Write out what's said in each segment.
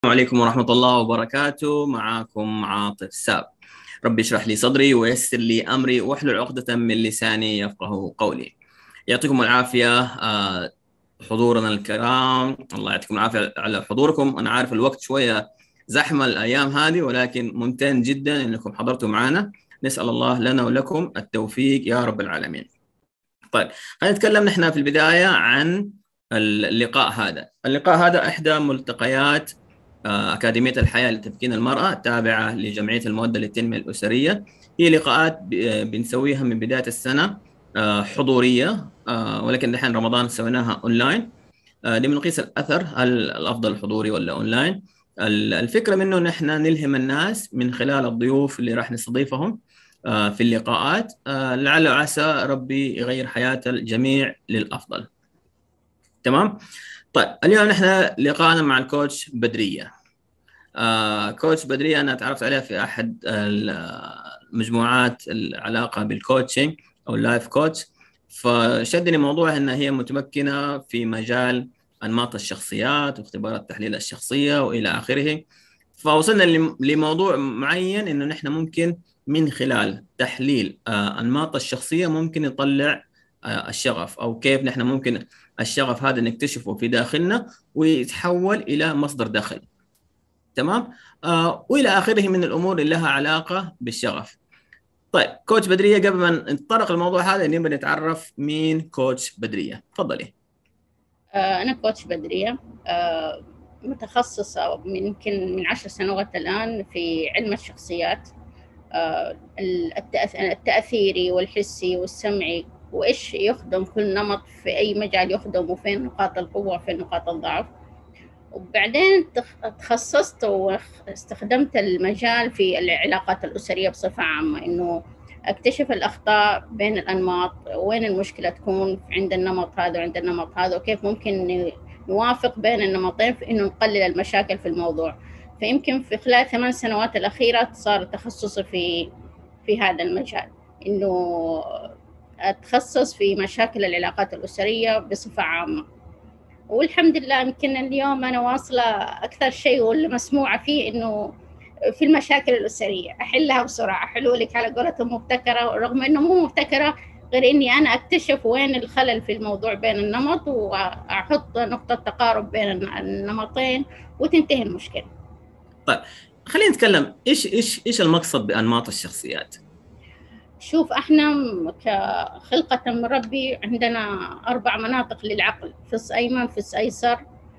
السلام عليكم ورحمة الله وبركاته. معكم عاطف ساب. ربي اشرح لي صدري ويسر لي أمري واحلل عقدة من لساني يفقه قولي. يعطيكم العافية حضورنا الكرام، الله يعطيكم العافية على حضوركم. أنا عارف الوقت شوية زحمة الأيام هذه، ولكن ممتن جدا أنكم حضرتوا معنا. نسأل الله لنا ولكم التوفيق يا رب العالمين. طيب، خلينا نتكلم نحن في البداية عن اللقاء هذا إحدى ملتقيات أكاديمية الحياة لتمكين المرأة التابعة لجمعية المودة للتنمية الأسرية. هي لقاءات بنسويها من بداية السنة حضورية، ولكن دحين رمضان سويناها أونلاين لنقيس الأثر، هل الأفضل حضوري ولا أونلاين. الفكرة منه نحن نلهم الناس من خلال الضيوف اللي راح نستضيفهم في اللقاءات، لعل وعسى ربي يغير حياة الجميع للأفضل. تمام؟ طيب، اليوم نحن لقاءنا مع الكوتش بدرية. كوتش بدرية أنا تعرفت عليها في أحد المجموعات العلاقة بالكوتشنج أو اللايف كوتش، فشدني موضوع أنها هي متمكنة في مجال أنماط الشخصيات واختبارات تحليل الشخصية وإلى آخره. فوصلنا لموضوع معين أنه نحن ممكن من خلال تحليل أنماط الشخصية ممكن يطلع الشغف، أو كيف نحن ممكن الشغف هذا نكتشفه في داخلنا ويتحول إلى مصدر دخل. تمام؟ وإلى آخره من الأمور اللي لها علاقة بالشغف. طيب كوتش بدرية، قبل ما نتطرق الموضوع هذا نبغى نتعرف مين كوتش بدرية. تفضلي. أنا كوتش بدرية، متخصصة يمكن من 10 سنوات الآن في علم الشخصيات، التأثيري والحسي والسمعي، وإيش يخدم كل نمط في أي مجال يخدم، وفين نقاط القوة وفين نقاط الضعف. وبعدين تخصصت واستخدمت المجال في العلاقات الأسرية بصفة عامة، إنه أكتشف الأخطاء بين الأنماط، وين المشكلة تكون عند النمط هذا وعند النمط هذا، وكيف ممكن نوافق بين النمطين في إنه نقلل المشاكل في الموضوع. فيمكن في خلال 8 سنوات الأخيرة صار تخصصي في هذا المجال، إنه أتخصص في مشاكل العلاقات الأسرية بصفة عامة. والحمد لله يمكن اليوم أنا واصلة أكثر شيء واللي مسموعة فيه إنه في المشاكل الأسرية أحلها بسرعة، حلولك على قولتهم مبتكرة، رغم إنه مو مبتكرة، غير إني أنا أكتشف وين الخلل في الموضوع بين النمط، وأحط نقطة تقارب بين النمطين وتنتهي المشكلة. طيب خلينا نتكلم إيش المقصد بأنماط الشخصيات؟ شوف، احنا كخلقة من ربي عندنا 4 مناطق للعقل: فص أيمن، فص أيسر،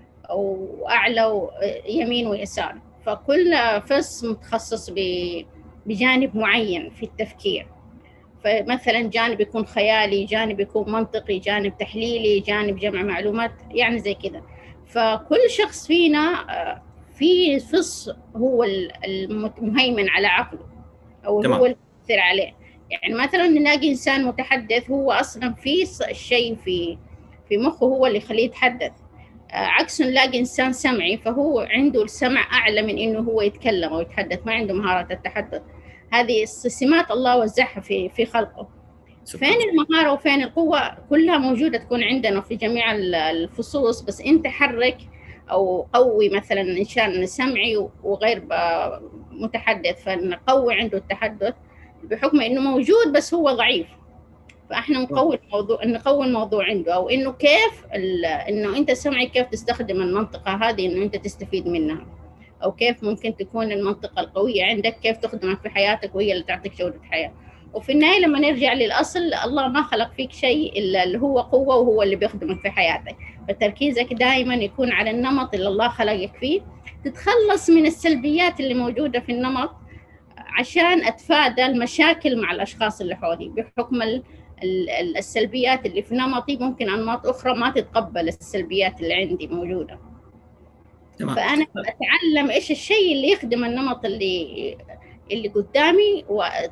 وأعلى، يمين ويسار. فكل فص متخصص بجانب معين في التفكير. فمثلا جانب يكون خيالي، جانب يكون منطقي، جانب تحليلي، جانب جمع معلومات، يعني زي كده. فكل شخص فينا في فص هو المهيمن على عقله، أو تمام. هو المؤثر عليه. يعني مثلا نلاقي إنسان متحدث هو أصلا في شيء في مخه هو اللي يخليه يتحدث، عكس نلاقي إنسان سمعي فهو عنده السمع أعلى من إنه هو يتكلم أو يتحدث، ما عنده مهارة التحدث. هذه سمات الله وزعها في خلقه. فين المهارة وفين القوة كلها موجودة تكون عندنا في جميع الفصوص، بس أنت حرك أو قوي مثلا إنسان سمعي وغير متحدث، فنقوي عنده التحدث بحكم إنه موجود بس هو ضعيف. فإحنا نقوي الموضوع عنده، أو إنه كيف إنه أنت سمعي كيف تستخدم المنطقة هذه إنه أنت تستفيد منها، أو كيف ممكن تكون المنطقة القوية عندك كيف تخدمك في حياتك وهي اللي تعطيك جودة حياة. وفي النهاية لما نرجع للأصل، الله ما خلق فيك شيء إلا اللي هو قوة وهو اللي بيخدمك في حياتك. فتركيزك دائما يكون على النمط اللي الله خلقك فيه، تتخلص من السلبيات اللي موجودة في النمط عشان أتفادى المشاكل مع الأشخاص اللي حولي، بحكم السلبيات اللي في نمطي ممكن أنماط أخرى ما تتقبل السلبيات اللي عندي موجودة. تمام. فأنا أتعلم إيش الشيء اللي يخدم النمط اللي قدامي،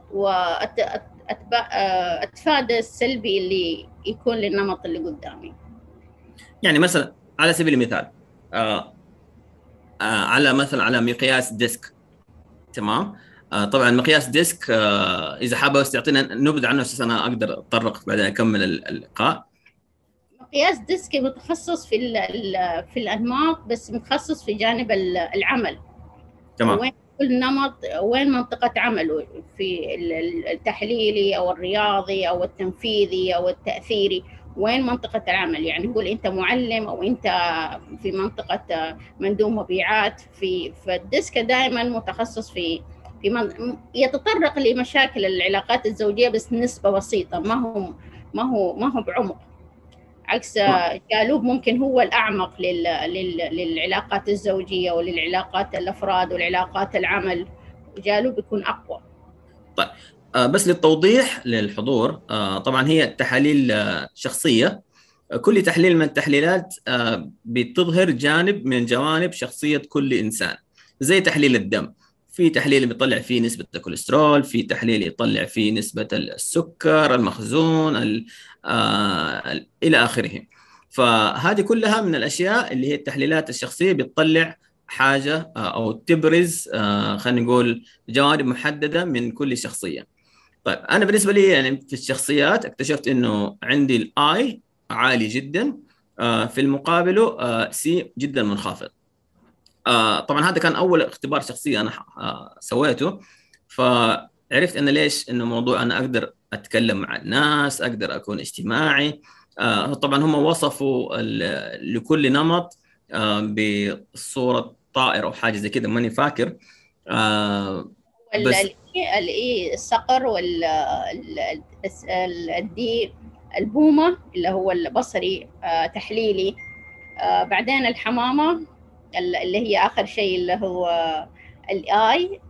وأتفادى السلبي اللي يكون للنمط اللي قدامي. يعني مثلا على سبيل المثال على مقياس ديسك. تمام. طبعا مقياس ديسك، اذا حابه بس تعطينا نبذه عنه عشان انا اقدر اتطرق بعدين اكمل اللقاء. قياس ديسكي متخصص في الأنماط، بس متخصص في جانب العمل. تمام. وين كل نمط، وين منطقة عمله في التحليلي أو الرياضي أو التنفيذي أو التأثيري، وين منطقة العمل. يعني نقول أنت معلم أو أنت في منطقة مندوب مبيعات. فالديسك دائما متخصص يتطرق لمشاكل العلاقات الزوجية بس نسبة بسيطة، ما هو بعمق. عكس جالوب ممكن هو الأعمق للعلاقات الزوجية وللعلاقات الأفراد والعلاقات العمل. جالوب يكون أقوى. طيب، بس للتوضيح للحضور، طبعا هي تحاليل شخصية. كل تحليل من التحليلات بتظهر جانب من جوانب شخصية كل إنسان، زي تحليل الدم. في تحليل بيطلع فيه نسبة الكوليسترول، في تحليل يطلع فيه نسبة السكر، المخزون، إلى آخره. فهذه كلها من الأشياء اللي هي التحليلات الشخصية بتطلع حاجة أو تبرز، خلينا نقول جوانب محددة من كل شخصية. طيب أنا بالنسبة لي يعني في الشخصيات اكتشفت إنه عندي الآي عالي جدا، في المقابل سي جدا منخفض. طبعا هذا كان أول اختبار شخصي أنا سويته، فعرفت أنا ليش إنه موضوع أنا أقدر أتكلم مع الناس، أقدر أكون اجتماعي. طبعا هم وصفوا لكل نمط بصورة طائر أو حاجة زي كده، ماني فاكر. بس الصقر الدي، البومة اللي هو البصري تحليلي. بعدين الحمامة اللي هي آخر شيء اللي هو الآي.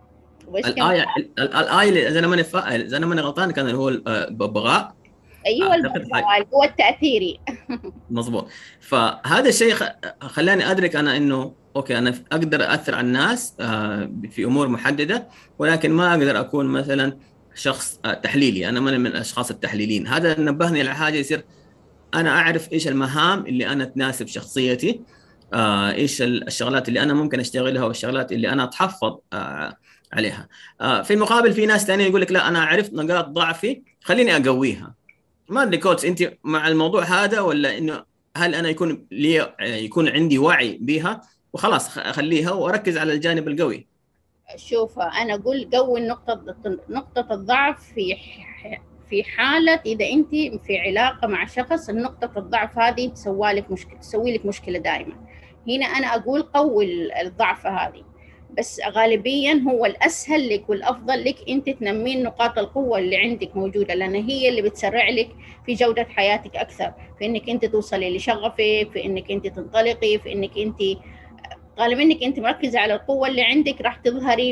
الآي إذا أنا ماني غلطان كان اللي هو الببغاء. أيوة الببغاء هو التأثيري. مظبوط. فهذا الشيء خلاني أدرك أنا إنه أوكي أنا أقدر أثر على الناس في أمور محددة، ولكن ما أقدر أكون مثلا شخص تحليلي. أنا من الأشخاص التحليليين. هذا نبهني على حاجة، يصير أنا أعرف إيش المهام اللي أنا تناسب شخصيتي، إيش الشغلات اللي أنا ممكن أشتغلها والشغلات اللي أنا أتحفظ عليها. في المقابل في ناس تانية يقول لك لا أنا عرفت نقاط ضعفي خليني أقويها. ما أدري كوتس أنت مع الموضوع هذا، ولا إنه هل أنا يكون عندي وعي بها وخلاص أخليها وأركز على الجانب القوي؟ شوف أنا أقول قوي نقطة الضعف في حالة إذا أنت في علاقة مع شخص النقطة الضعف هذه تسوي لك مشكلة دائما. هنا أنا أقول قوي الضعف هذه، بس غالبيا هو الأسهل لك والأفضل لك أنت تنمين نقاط القوة اللي عندك موجودة، لأن هي اللي بتسرع لك في جودة حياتك أكثر، في أنك أنت توصلي لشغفك، في أنك أنت تنطلقي، في أنك أنت طالما انك انت مركزه على القوه اللي عندك راح تظهري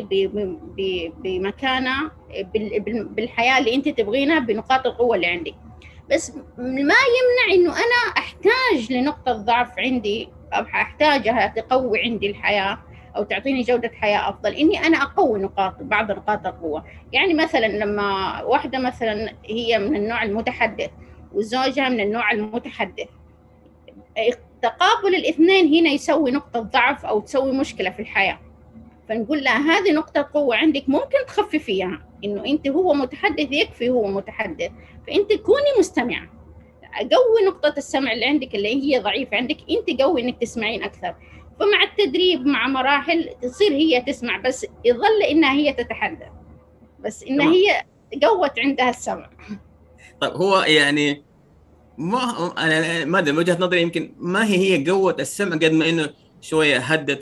بمكانه بالحياه اللي انت تبغينها بنقاط القوه اللي عندك. بس ما يمنع انه انا احتاج لنقطه ضعف عندي او احتاجها تقوي عندي الحياه او تعطيني جوده حياه افضل، اني انا اقوي بعض نقاط القوه. يعني مثلا لما واحده مثلا هي من النوع المتحدث وزوجها من النوع المتحدث، تقابل الاثنين هنا يسوي نقطة ضعف أو تسوي مشكلة في الحياة. فنقول لها هذه نقطة قوة عندك ممكن تخففيها، إنه أنت هو متحدث يكفي هو متحدث، فأنت كوني مستمعة. قوي نقطة السمع اللي عندك اللي هي ضعيفة عندك، أنت قوي إنك تسمعين أكثر. فمع التدريب مع مراحل تصير هي تسمع، بس يظل إنها هي تتحدث، بس إنها هي قوت عندها السمع. طيب هو يعني ما انا ما ادري، من وجهه نظري يمكن ما هي قوه السمع قد ما انه شويه هدت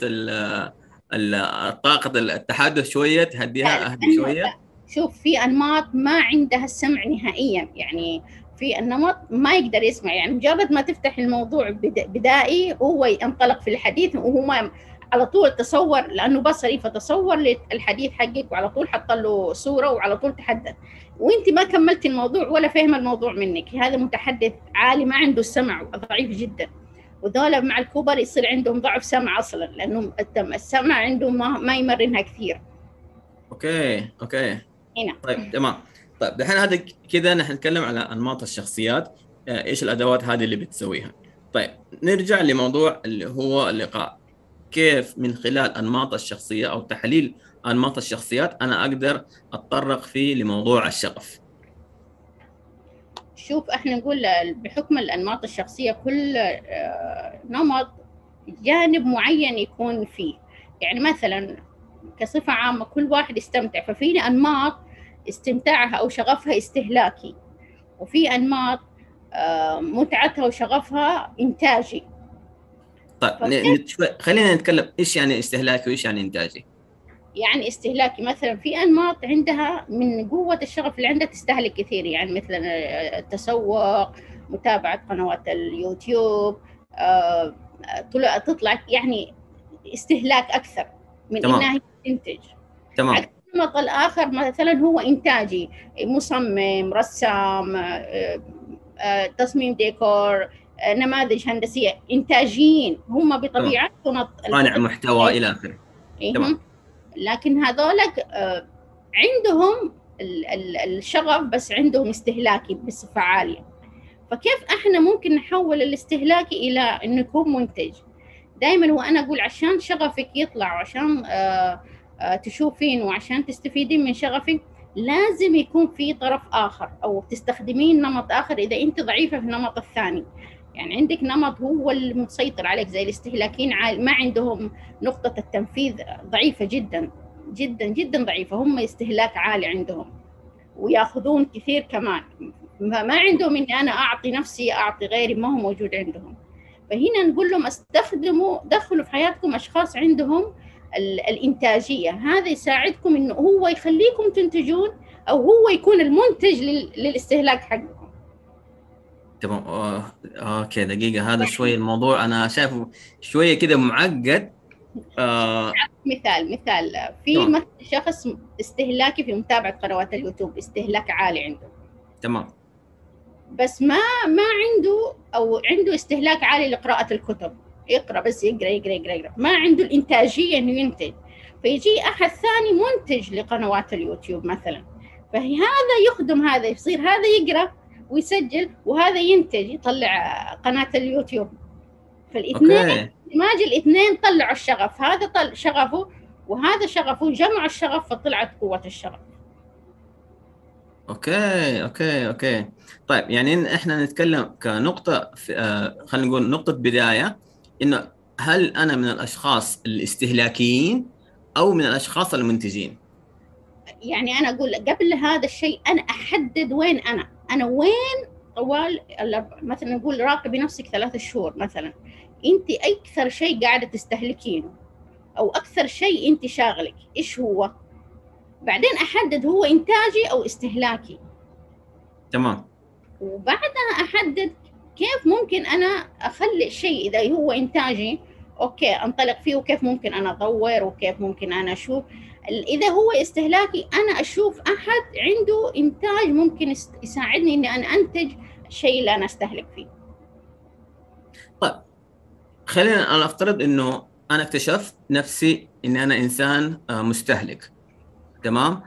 طاقه التحدث، شويه تهديها، اهدي شويه. شوف في انماط ما عندها السمع نهائيا، يعني في النمط ما يقدر يسمع، يعني مجرد ما تفتح الموضوع بدائي هو ينطلق في الحديث، وهو ما على طول تصور لانه بصري فتصور للحديث حقك وعلى طول حط له صوره وعلى طول تحدث، وانت ما كملتي الموضوع ولا فهم الموضوع منك. هذا متحدث عالي ما عنده السمع، ضعيف جدا. وذولا مع الكبر يصير عندهم ضعف سمع اصلا، لانه السمع عندهم ما يمرنها كثير. اوكي هنا طيب تمام. طيب دحين هذا كذا نحن نتكلم على انماط الشخصيات، ايش الادوات هذه اللي بتسويها. طيب نرجع لموضوع اللي هو اللقاء، كيف من خلال انماط الشخصيه او تحليل انماط الشخصيات انا اقدر اتطرق فيه لموضوع الشغف. شوف احنا نقول بحكم الانماط الشخصيه كل نمط جانب معين يكون فيه. يعني مثلا كصفه عامه كل واحد يستمتع، ففي انماط استمتاعها او شغفها استهلاكي، وفي انماط متعتها وشغفها انتاجي. طيب خلينا نتكلم ايش يعني استهلاكي وايش يعني انتاجي. يعني استهلاكي مثلا في انماط عندها من قوه الشغف اللي عندها تستهلك كثير، يعني مثلا التسوق، متابعه قنوات اليوتيوب، تطلع يعني استهلاك اكثر من تمام انها تنتج. عكس تمام النمط الاخر مثلا هو انتاجي، مصمم، رسام، تصميم ديكور، نماذج هندسيه، انتاجيين هم تمام، بطبيعتهم صانع الفطر. محتوى الى اخره. تمام لكن هذولك عندهم الشغف بس عندهم استهلاكي بصفة عالية. فكيف احنا ممكن نحول الاستهلاكي الى انه يكون منتج؟ دائما وانا اقول عشان شغفك يطلع وعشان تشوفين وعشان تستفيدين من شغفك لازم يكون في طرف اخر او تستخدمين نمط اخر اذا انت ضعيفة في النمط الثاني. يعني عندك نمط هو المسيطر عليك زي الاستهلاكيين، ما عندهم نقطة التنفيذ ضعيفة جدا جدا جدا ضعيفة، هم استهلاك عالي عندهم وياخذون كثير كمان، ما عندهم اني انا اعطي نفسي اعطي غيري، ما هو موجود عندهم. فهنا نقول لهم استخدموا، دخلوا في حياتكم اشخاص عندهم الانتاجيه، هذا يساعدكم انه هو يخليكم تنتجون او هو يكون المنتج للاستهلاك حقكم. تمام. اوكي دقيقة، هذا شوي الموضوع انا شايفه شوية كده معقد. مثال في تمام مثل شخص استهلاكي في متابعه قنوات اليوتيوب، استهلاك عالي عنده، تمام بس ما عنده او عنده استهلاك عالي لقراءة الكتب، يقرأ بس يقرأ يقرأ يقرأ يقرأ، ما عنده الإنتاجية إنه ينتج. فيجي أحد ثاني منتج لقنوات اليوتيوب مثلا، فهذا يخدم هذا، يصير هذا يقرأ ويسجل وهذا ينتج يطلع قناة اليوتيوب. فالاثنين اوكي دماج الاثنين طلعوا الشغف، هذا طلع شغفه وهذا شغفه، جمعوا الشغف فطلعت قوة الشغف. اوكي. طيب يعني احنا نتكلم كنقطة في خلينا نقول نقطة بداية، انه هل انا من الاشخاص الاستهلاكيين او من الاشخاص المنتجين؟ يعني أنا أقول قبل هذا الشيء أنا أحدد وين أنا وين طوال مثلا نقول راقبي نفسك 3 شهور مثلا، أنت أكثر شيء قاعدة تستهلكينه أو أكثر شيء أنت شاغلك إيش هو، بعدين أحدد هو إنتاجي أو استهلاكي، تمام وبعدها أحدد كيف ممكن أنا أخلي الشيء إذا هو إنتاجي أوكي أنطلق فيه، وكيف ممكن أنا أطور، وكيف ممكن أنا أشوف. إذا هو استهلاكي أنا أشوف أحد عنده إنتاج ممكن يساعدني إني أنا أنتج الشيء اللي أنا أستهلك فيه. طيب خلينا أنا أفترض إنه أنا اكتشفت نفسي إن أنا إنسان مستهلك. تمام.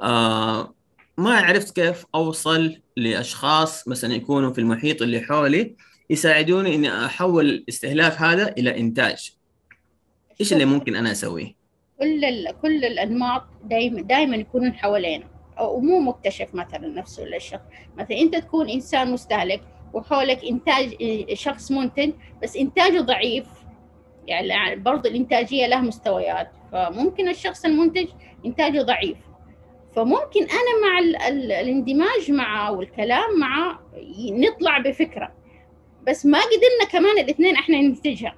ما عرفت كيف أوصل لأشخاص مثلا يكونوا في المحيط اللي حولي يساعدوني إني أحول الاستهلاك هذا إلى إنتاج. إيش اللي شوف ممكن أنا أسويه؟ كل الأنماط دائما يكونون حوالينا أو مو مكتشف مثلا نفسه للشخص. مثلا أنت تكون إنسان مستهلك وحولك إنتاج شخص منتج بس إنتاجه ضعيف، يعني برضو الإنتاجية لها مستويات، فممكن الشخص المنتج إنتاجه ضعيف، فممكن أنا مع الاندماج مع والكلام مع نطلع بفكرة، بس ما قدرنا كمان الاثنين احنا ننتجها،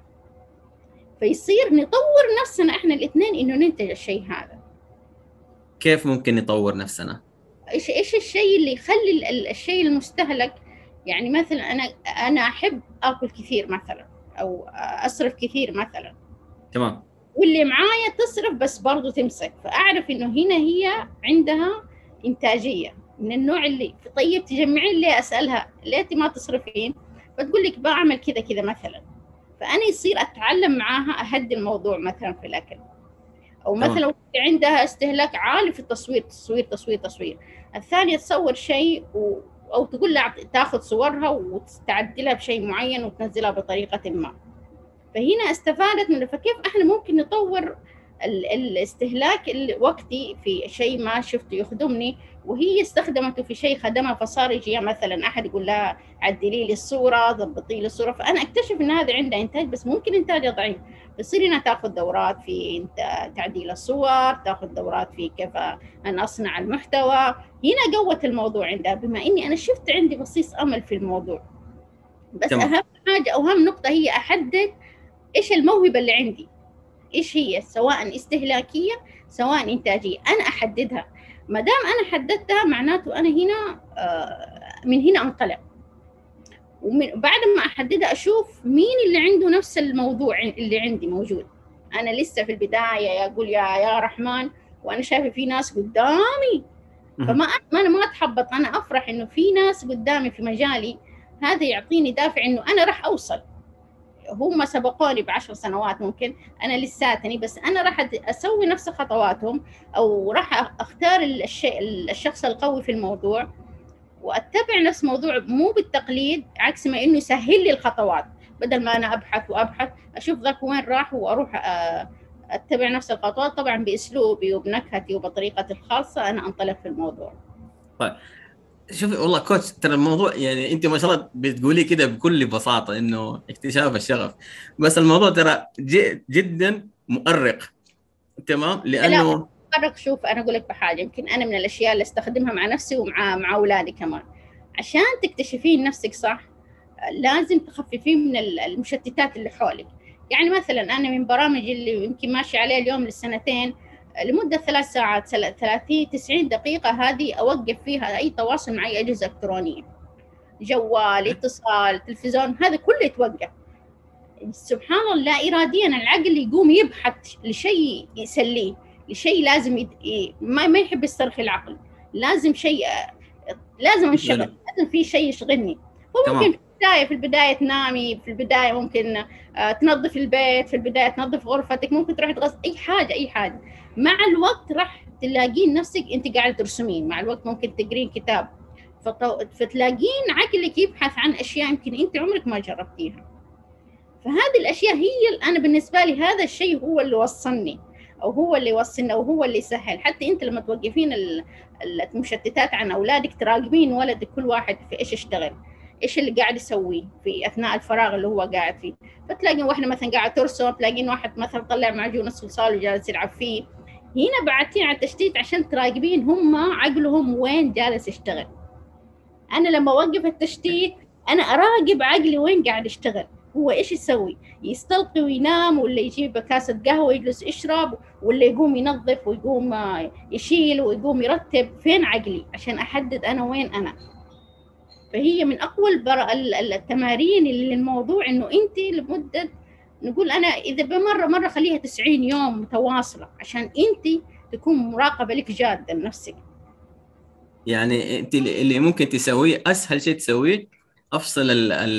فيصير نطور نفسنا احنا الاثنين انه ننتج الشيء هذا. كيف ممكن نطور نفسنا؟ ايش الشيء اللي يخلي الشيء المستهلك؟ يعني مثلا انا احب اكل كثير مثلا او اصرف كثير مثلا، تمام واللي معايا تصرف بس برضو تمسك، فاعرف انه هنا هي عندها انتاجيه من النوع اللي طيب تجمعين ليه، اسالها ليه ما تصرفين، فتقول لك بعمل كذا كذا مثلا، فانا يصير اتعلم معاها اهدي الموضوع مثلا في الاكل. او تمام مثلا عندها استهلاك عالي في التصوير، تصوير الثانيه تصور شيء او تقول لها تاخذ صورها وتعدلها بشيء معين وتنزلها بطريقه ما، فهنا استفادت منه. فكيف احنا ممكن نطور الاستهلاك الوقتي في شيء ما شفته يخدمني، وهي استخدمته في شيء خدمها، فصار يجي مثلا احد يقول لها عدلي لي الصوره، ضبطي لي الصوره، فانا اكتشف ان هذا عندها انتاج بس ممكن انتاجها ضعيف، فتصير انها تاخذ دورات في تعديل الصور، تاخذ دورات في كيف انا اصنع المحتوى. هنا قوت الموضوع عندها، بما اني انا شفت عندي بصيص امل في الموضوع. بس تمام. اهم حاجه او اهم نقطه هي احدد ايش الموهبه اللي عندي، ايش هي، سواء استهلاكيه سواء انتاجيه، انا احددها. ما دام انا حددتها معناته انا هنا من هنا انطلق، ومن بعد ما احددها اشوف مين اللي عنده نفس الموضوع اللي عندي موجود. انا لسه في البدايه اقول يا رحمن، وانا شايفه في ناس قدامي، فما انا ما اتحبط، انا افرح انه في ناس قدامي في مجالي، هذا يعطيني دافع انه انا راح اوصل. هم سبقوني ب10 سنوات ممكن، انا لساتني، بس انا راح اسوي نفس خطواتهم، او راح اختار الشخص القوي في الموضوع، واتبع نفس موضوع، مو بالتقليد، عكس ما انه يسهل لي الخطوات، بدل ما انا ابحث اشوف ذاك وين راح واروح اتبع نفس الخطوات، طبعا باسلوبي وبنكهتي وبطريقتي الخاصه انا انطلق في الموضوع. طيب شوفي والله كوتش، ترى الموضوع يعني انت ما شاء الله بتقولي كده بكل بساطه انه اكتشاف الشغف، بس الموضوع ترى جدا مؤرق. تمام، لا لانه فرق. شوف انا اقول لك بحاجه، يمكن انا من الاشياء اللي استخدمها مع نفسي ومع اولادي كمان، عشان تكتشفين نفسك صح لازم تخففين من المشتتات اللي حولك. يعني مثلا انا من برامج اللي يمكن ماشي عليها اليوم للسنتين لمده 3 ساعات 30 90 دقيقه، هذه اوقف فيها اي تواصل مع اي اجهزه الكترونيه، جوال، اتصال، تلفزيون، هذا كله يتوقف. سبحان الله لا إراديا العقل يقوم يبحث لشيء يسليه، لشيء لازم ما يحب يسترخي العقل، لازم شيء، لازم انشغل، لازم في شيء يشغلني. فممكن في البداية تنامي، في البداية ممكن تنظف البيت، في البداية تنظف غرفتك، ممكن تروح تغسل أي حاجة. مع الوقت راح تلاقين نفسك أنت قاعدة ترسمين، مع الوقت ممكن تقرين كتاب، فتلاقين عقلك يبحث عن أشياء يمكن أنت عمرك ما جربتيها. فهذه الأشياء هي أنا بالنسبة لي هذا الشيء هو اللي وصلني، أو هو اللي يوصلنا، أو هو اللي يسهل. حتى أنت لما توقفين المشتتات عن أولادك، تراقبين ولدك كل واحد في إيش يشتغل، إيش اللي قاعد يسويه في أثناء الفراغ اللي هو قاعد فيه. فتلاقين واحدة مثلا قاعد ترسم، تلاقين واحد مثلا طلع معجون الصلصال وجالس يلعب فيه. هنا بعدتين على التشتيت عشان تراقبين هم عقلهم وين جالس يشتغل. أنا لما أوقف التشتيت أنا أراقب عقلي وين قاعد يشتغل، هو إيش يسوي، يستلقي وينام، ولا يجيب كاسة قهوة ويجلس يشرب، ولا يقوم ينظف ويقوم يشيل ويقوم يرتب. فين عقلي عشان أحدد أنا وين أنا. فهي من أقوى التمارين اللي الموضوع إنه أنت لمدة، نقول أنا إذا مرة خليها 90 يوم متواصلة عشان أنت تكون مراقبة لك جادة لنفسك. يعني انت اللي ممكن تسويه، اسهل شيء تسويه، افصل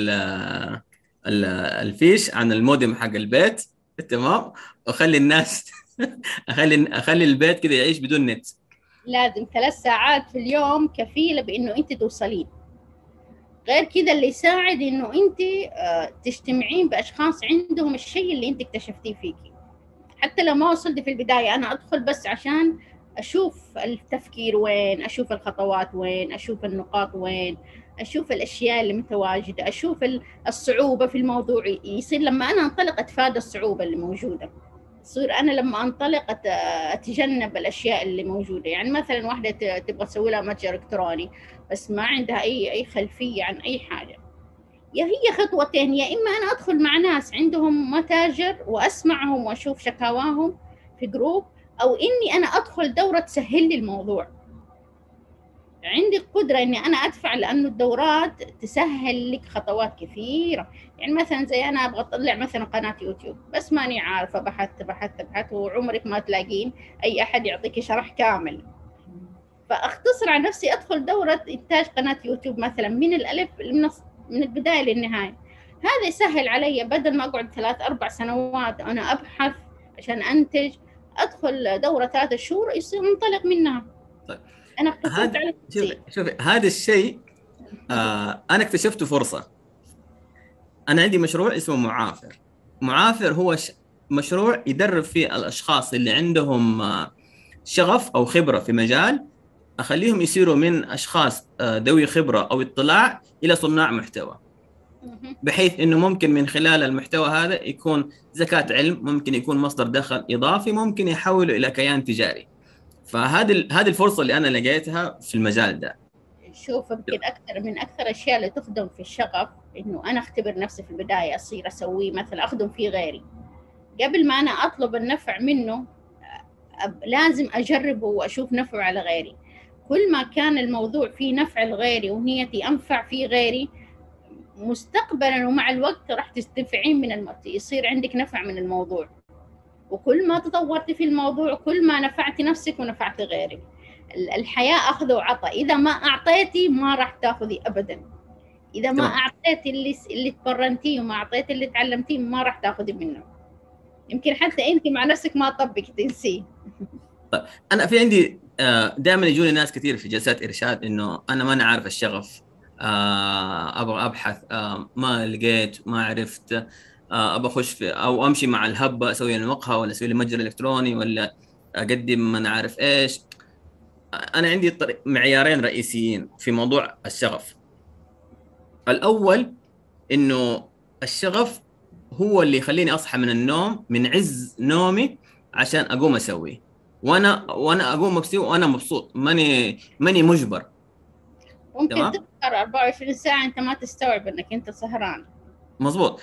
الفيش عن المودم حق البيت، تمام، واخلي الناس اخلي البيت كده يعيش بدون نت. لازم 3 ساعات في اليوم كفيلة بإنه أنت توصلين. غير كده اللي يساعد إنه أنت تجتمعين بأشخاص عندهم الشيء اللي أنت اكتشفتيه فيكي. حتى لو ما وصلت في البداية، أنا أدخل بس عشان أشوف التفكير وين، أشوف الخطوات وين، أشوف النقاط وين، أشوف الأشياء اللي متواجدة، أشوف الصعوبة في الموضوع، يصير لما أنا أنطلق أتفادى الصعوبة اللي موجودة. يصير أنا لما أنطلق أتجنب الأشياء اللي موجودة. يعني مثلا واحدة تبغى تسوي لها متجر إلكتروني بس ما عندها أي خلفية عن أي حاجة، يا هي خطوتين، يا إما أنا أدخل مع ناس عندهم متاجر وأسمعهم وأشوف شكاواهم في جروب، أو إني أنا أدخل دورة تسهل لي الموضوع. عندي قدرة إني أنا أدفع، لأنه الدورات تسهل لك خطوات كثيرة. يعني مثلا زي أنا أبغى أطلع مثلا قناة يوتيوب، بس ماني عارفة، بحثت وعمرك ما تلاقين أي أحد يعطيك شرح كامل. فأختصر على نفسي أدخل دورة إنتاج قناة يوتيوب مثلا من الألف، من البداية للنهاية. هذا يسهل علي، بدل ما أقعد 3 4 سنوات أنا أبحث عشان أنتج، أدخل دورة 3 شهور يصير منطلق منها. طيب أنا اختصرت على نفسي. شوفي هذا الشيء انا اكتشفته فرصة. انا عندي مشروع اسمه معافر. معافر هو مشروع يدرب فيه الاشخاص اللي عندهم شغف او خبره في مجال، اخليهم يصيروا من اشخاص ذوي خبره او اطلاع الى صناع محتوى، بحيث انه ممكن من خلال المحتوى هذا يكون زكاة علم، ممكن يكون مصدر دخل اضافي، ممكن يحوله الى كيان تجاري. هذه الفرصه اللي انا لقيتها في المجال ده. شوف، يمكن أكثر الأشياء اللي تخدم في الشغف إنه أنا أختبر نفسي في البداية، أصير أسويه مثلا أخدم فيه غيري قبل ما أنا أطلب النفع منه. لازم أجربه وأشوف نفعه على غيري. كل ما كان الموضوع فيه نفع لغيري ونيتي أنفع فيه غيري، مستقبلا ومع الوقت راح تستنفعين يصير عندك نفع من الموضوع. وكل ما تطورت في الموضوع كل ما نفعت نفسك ونفعت غيرك. الحياة أخذ وعطى، إذا ما أعطيتي ما راح تأخذي أبدا. إذا ما أعطيتي اللي تبرنتيه وما أعطيتي اللي تعلمتيه ما راح تأخذي منه. يمكن حتى أنت مع نفسك ما طبك تنسيه. طيب أنا في عندي دائما يجوني ناس كثير في جلسات إرشاد إنه أنا ما أنا عارف الشغف، أبغى أبحث، ما لقيت، ما عرفت، أبغى أخش في أو أمشي مع الهبة، أسوي لي مقهى ولا أسوي لي متجر إلكتروني ولا أقدم ما أنا عارف إيش. أنا عندي معيارين رئيسيين في موضوع الشغف. الأول إنه الشغف هو اللي يخليني أصحى من النوم من عز نومي عشان أقوم أسويه، وأنا أقوم أسويه وأنا مبسوط، ماني مجبر. ممكن تسهر 24 ساعة أنت ما تستوعب إنك أنت سهران. مظبوط.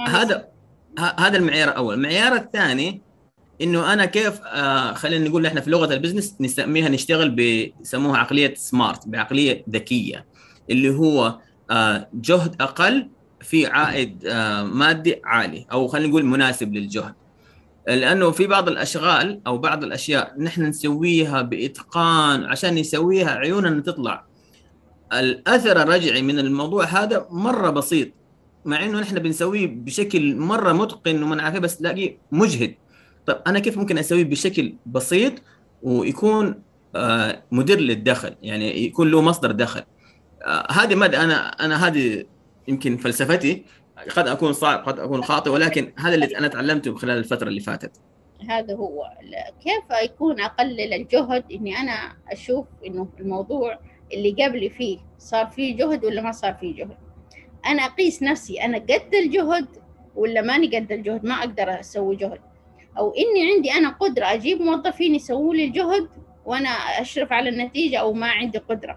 هذا المعيار الأول. المعيار الثاني إنه أنا كيف خلينا نقول إحنا في لغة البزنس نسميها نشتغل بيسموها عقلية سمارت، بعقلية ذكية، اللي هو جهد أقل في عائد مادي عالي، أو خلينا نقول مناسب للجهد. لأنه في بعض الأشغال أو بعض الأشياء نحن نسويها بإتقان عشان نسويها عيوننا تطلع، الأثر الرجعي من الموضوع هذا مرة بسيط، مع إنه نحن بنسويه بشكل مرة متقن ومن عارفه، بس تلاقي مجهد. طب أنا كيف ممكن أسويه بشكل بسيط ويكون مدر للدخل، يعني يكون له مصدر دخل؟ هذه مدى أنا هذه يمكن فلسفتي، قد أكون صعب قد أكون خاطئ، ولكن هذا اللي أنا تعلمته خلال الفترة اللي فاتت. هذا هو كيف يكون أقلل الجهد، إني أنا أشوف إنه الموضوع اللي قبلي فيه صار فيه جهد ولا ما صار فيه جهد. أنا أقيس نفسي أنا قد الجهد ولا ماني قد الجهد، ما أقدر أسوي جهد، أو إني عندي أنا قدرة أجيب موظفين يسووا لي الجهد وأنا أشرف على النتيجة، أو ما عندي قدرة.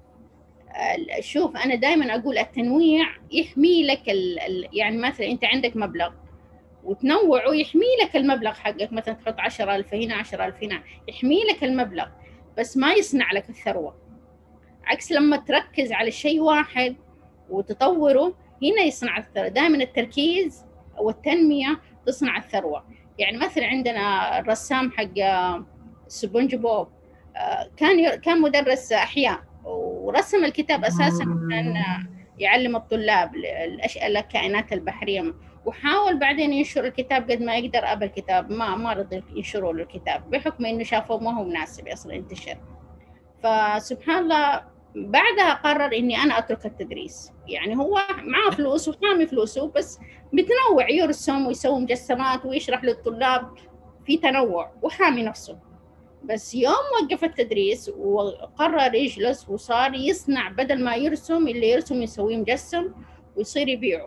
شوف أنا دائما أقول التنويع يحمي لك يعني مثلا أنت عندك مبلغ وتنوع ويحمي لك المبلغ حقك، مثلا تحط 10,000 هنا 10,000 هنا، يحمي لك المبلغ بس ما يصنع لك الثروة. عكس لما تركز على شيء واحد وتطوره، هنا يصنع الثروة. دائما التركيز والتنمية تصنع الثروة. يعني مثلا عندنا الرسام حق سبونج بوب، كان مدرس أحياء ورسم الكتاب أساسا عشان يعلم الطلاب الكائنات البحرية، وحاول بعدين ينشر الكتاب قد ما يقدر. أبى الكتاب ما رضي ينشروا له الكتاب بحكم إنه شافوه ما هو مناسب أصلا ينتشر. فسبحان الله بعدها قرر إني أنا أترك التدريس. يعني هو معاه فلوس وحامي فلوسه، بس بتنوع، يرسم ويسوي مجسمات ويشرح للطلاب في تنوع وحامي نفسه. بس يوم وقف التدريس وقرر يجلس وصار يصنع، بدل ما يرسم اللي يرسم يسويه مجسم ويصير يبيعه.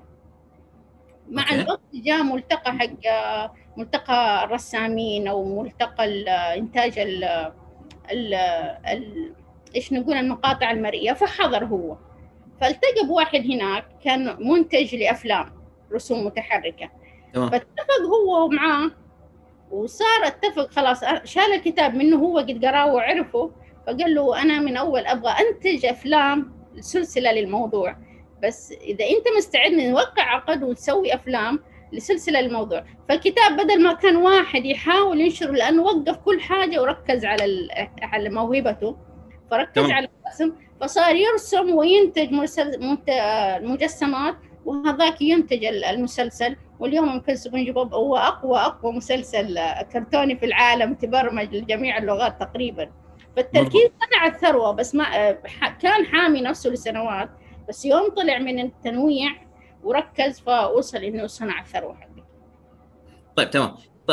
مع الوقت جاء ملتقى حق ملتقى الرسامين أو ملتقى الإنتاج إيش نقول المقاطع المرئية، فحضر هو، فالتقى بواحد هناك كان منتج لأفلام رسوم متحركة. فاتفق هو معاه وصار اتفق خلاص، شال الكتاب منه، هو قد قراه وعرفه، فقال له أنا من أول أبغى أنتج أفلام سلسلة للموضوع، بس إذا أنت مستعد نوقع عقد ونسوي أفلام لسلسلة للموضوع. فالكتاب بدل ما كان واحد يحاول ينشر، لأنه وقف كل حاجة وركز على موهبته، فركز على الرسم، فصار يرسم وينتج مجسمات، وهذاك ينتج المسلسل. واليوم يمكن سبونج بوب هو أقوى مسلسل كرتوني في العالم، تبرمج لجميع اللغات تقريبا. فالتركيز صنع الثروة، بس ما كان حامي نفسه لسنوات، بس يوم طلع من التنويع وركز فوصل إنه صنع الثروة حقه. طيب تمام.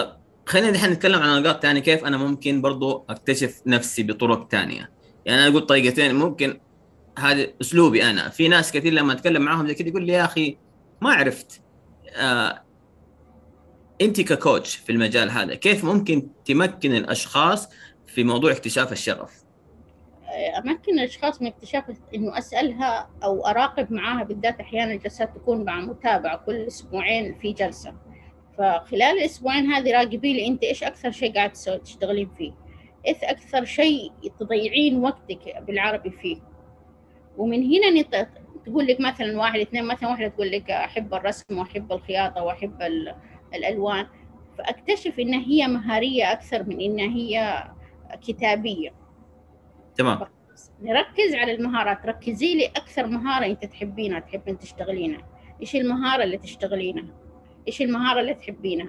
خلينا دحين نتكلم عن نقاط تانية، كيف أنا ممكن برضو أكتشف نفسي بطرق تانية. يعني أنا أقول طريقتين ممكن، هذا أسلوبي أنا. في ناس كثير لما أتكلم معاهم زي كده يقول لي يا أخي ما عرفت. آه أنت ككوتش في المجال هذا كيف ممكن تمكن الأشخاص في موضوع اكتشاف الشغف؟ أمكن الأشخاص من اكتشاف إنه أسألها أو أراقب معاها، بالذات أحيانا الجلسات تكون مع متابعة كل أسبوعين في جلسة. فخلال الأسبوعين هذه راقبي لي أنت إيش أكثر شيء قاعد تشتغلين فيه، إيش أكثر شيء تضيعين وقتك بالعربي فيه. ومن هنا تقول لك مثلا واحد اثنين، مثلا واحدة تقول لك أحب الرسم وأحب الخياطة وأحب الألوان، فأكتشف إن هي مهارية أكثر من إن هي كتابية. تمام. نركز على المهارات، ركزي لي أكثر مهارة أنت تحبينها، تحبين تشتغلينها. إيش المهارة اللي تشتغلينها؟ إيش المهارة اللي تحبينها؟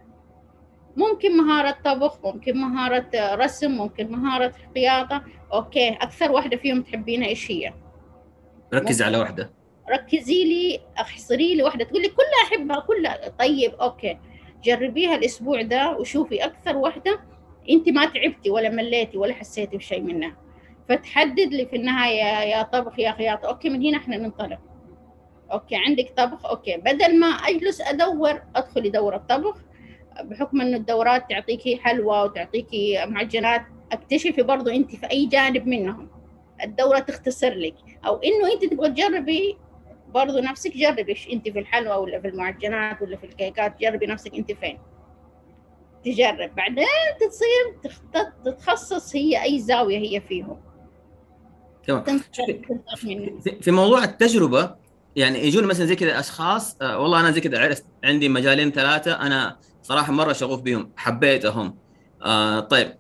ممكن مهارة طبخ، ممكن مهارة رسم، ممكن مهارة خياطة. أوكي، أكثر واحدة فيهم تحبينها إيش هي؟ ركز على واحدة. ركزي لي، احصري لي واحدة تقول لي كلها أحبها كلها. طيب أوكي، جربيها الأسبوع ده وشوفي أكثر واحدة أنت ما تعبتي ولا مليتي ولا حسيتي بشيء منها، فتحدد لي في النهاية يا طبخ يا خياطة. أوكي، من هنا إحنا ننطلق. أوكي عندك طبخ، أوكي بدل ما أجلس أدور أدخلي دورة طبخ، بحكم إنه الدورات تعطيكي حلوى وتعطيكي معجنات، اكتشفي برضو أنت في أي جانب منهم الدورة تختصر لك، أو إنه أنت تبغى تجربي برضو نفسك. جربي أنت في الحلوى ولا في المعجنات ولا في الكيكات، جربي نفسك أنت فين، تجرب بعدين تصير تتخصص هي أي زاوية هي فيهم. تمام. في موضوع التجربة، يعني يجون مثلا زي كذا اشخاص والله انا زي كذا عرفت عندي مجالين ثلاثه انا صراحه مره شغوف بهم حبيتهم. طيب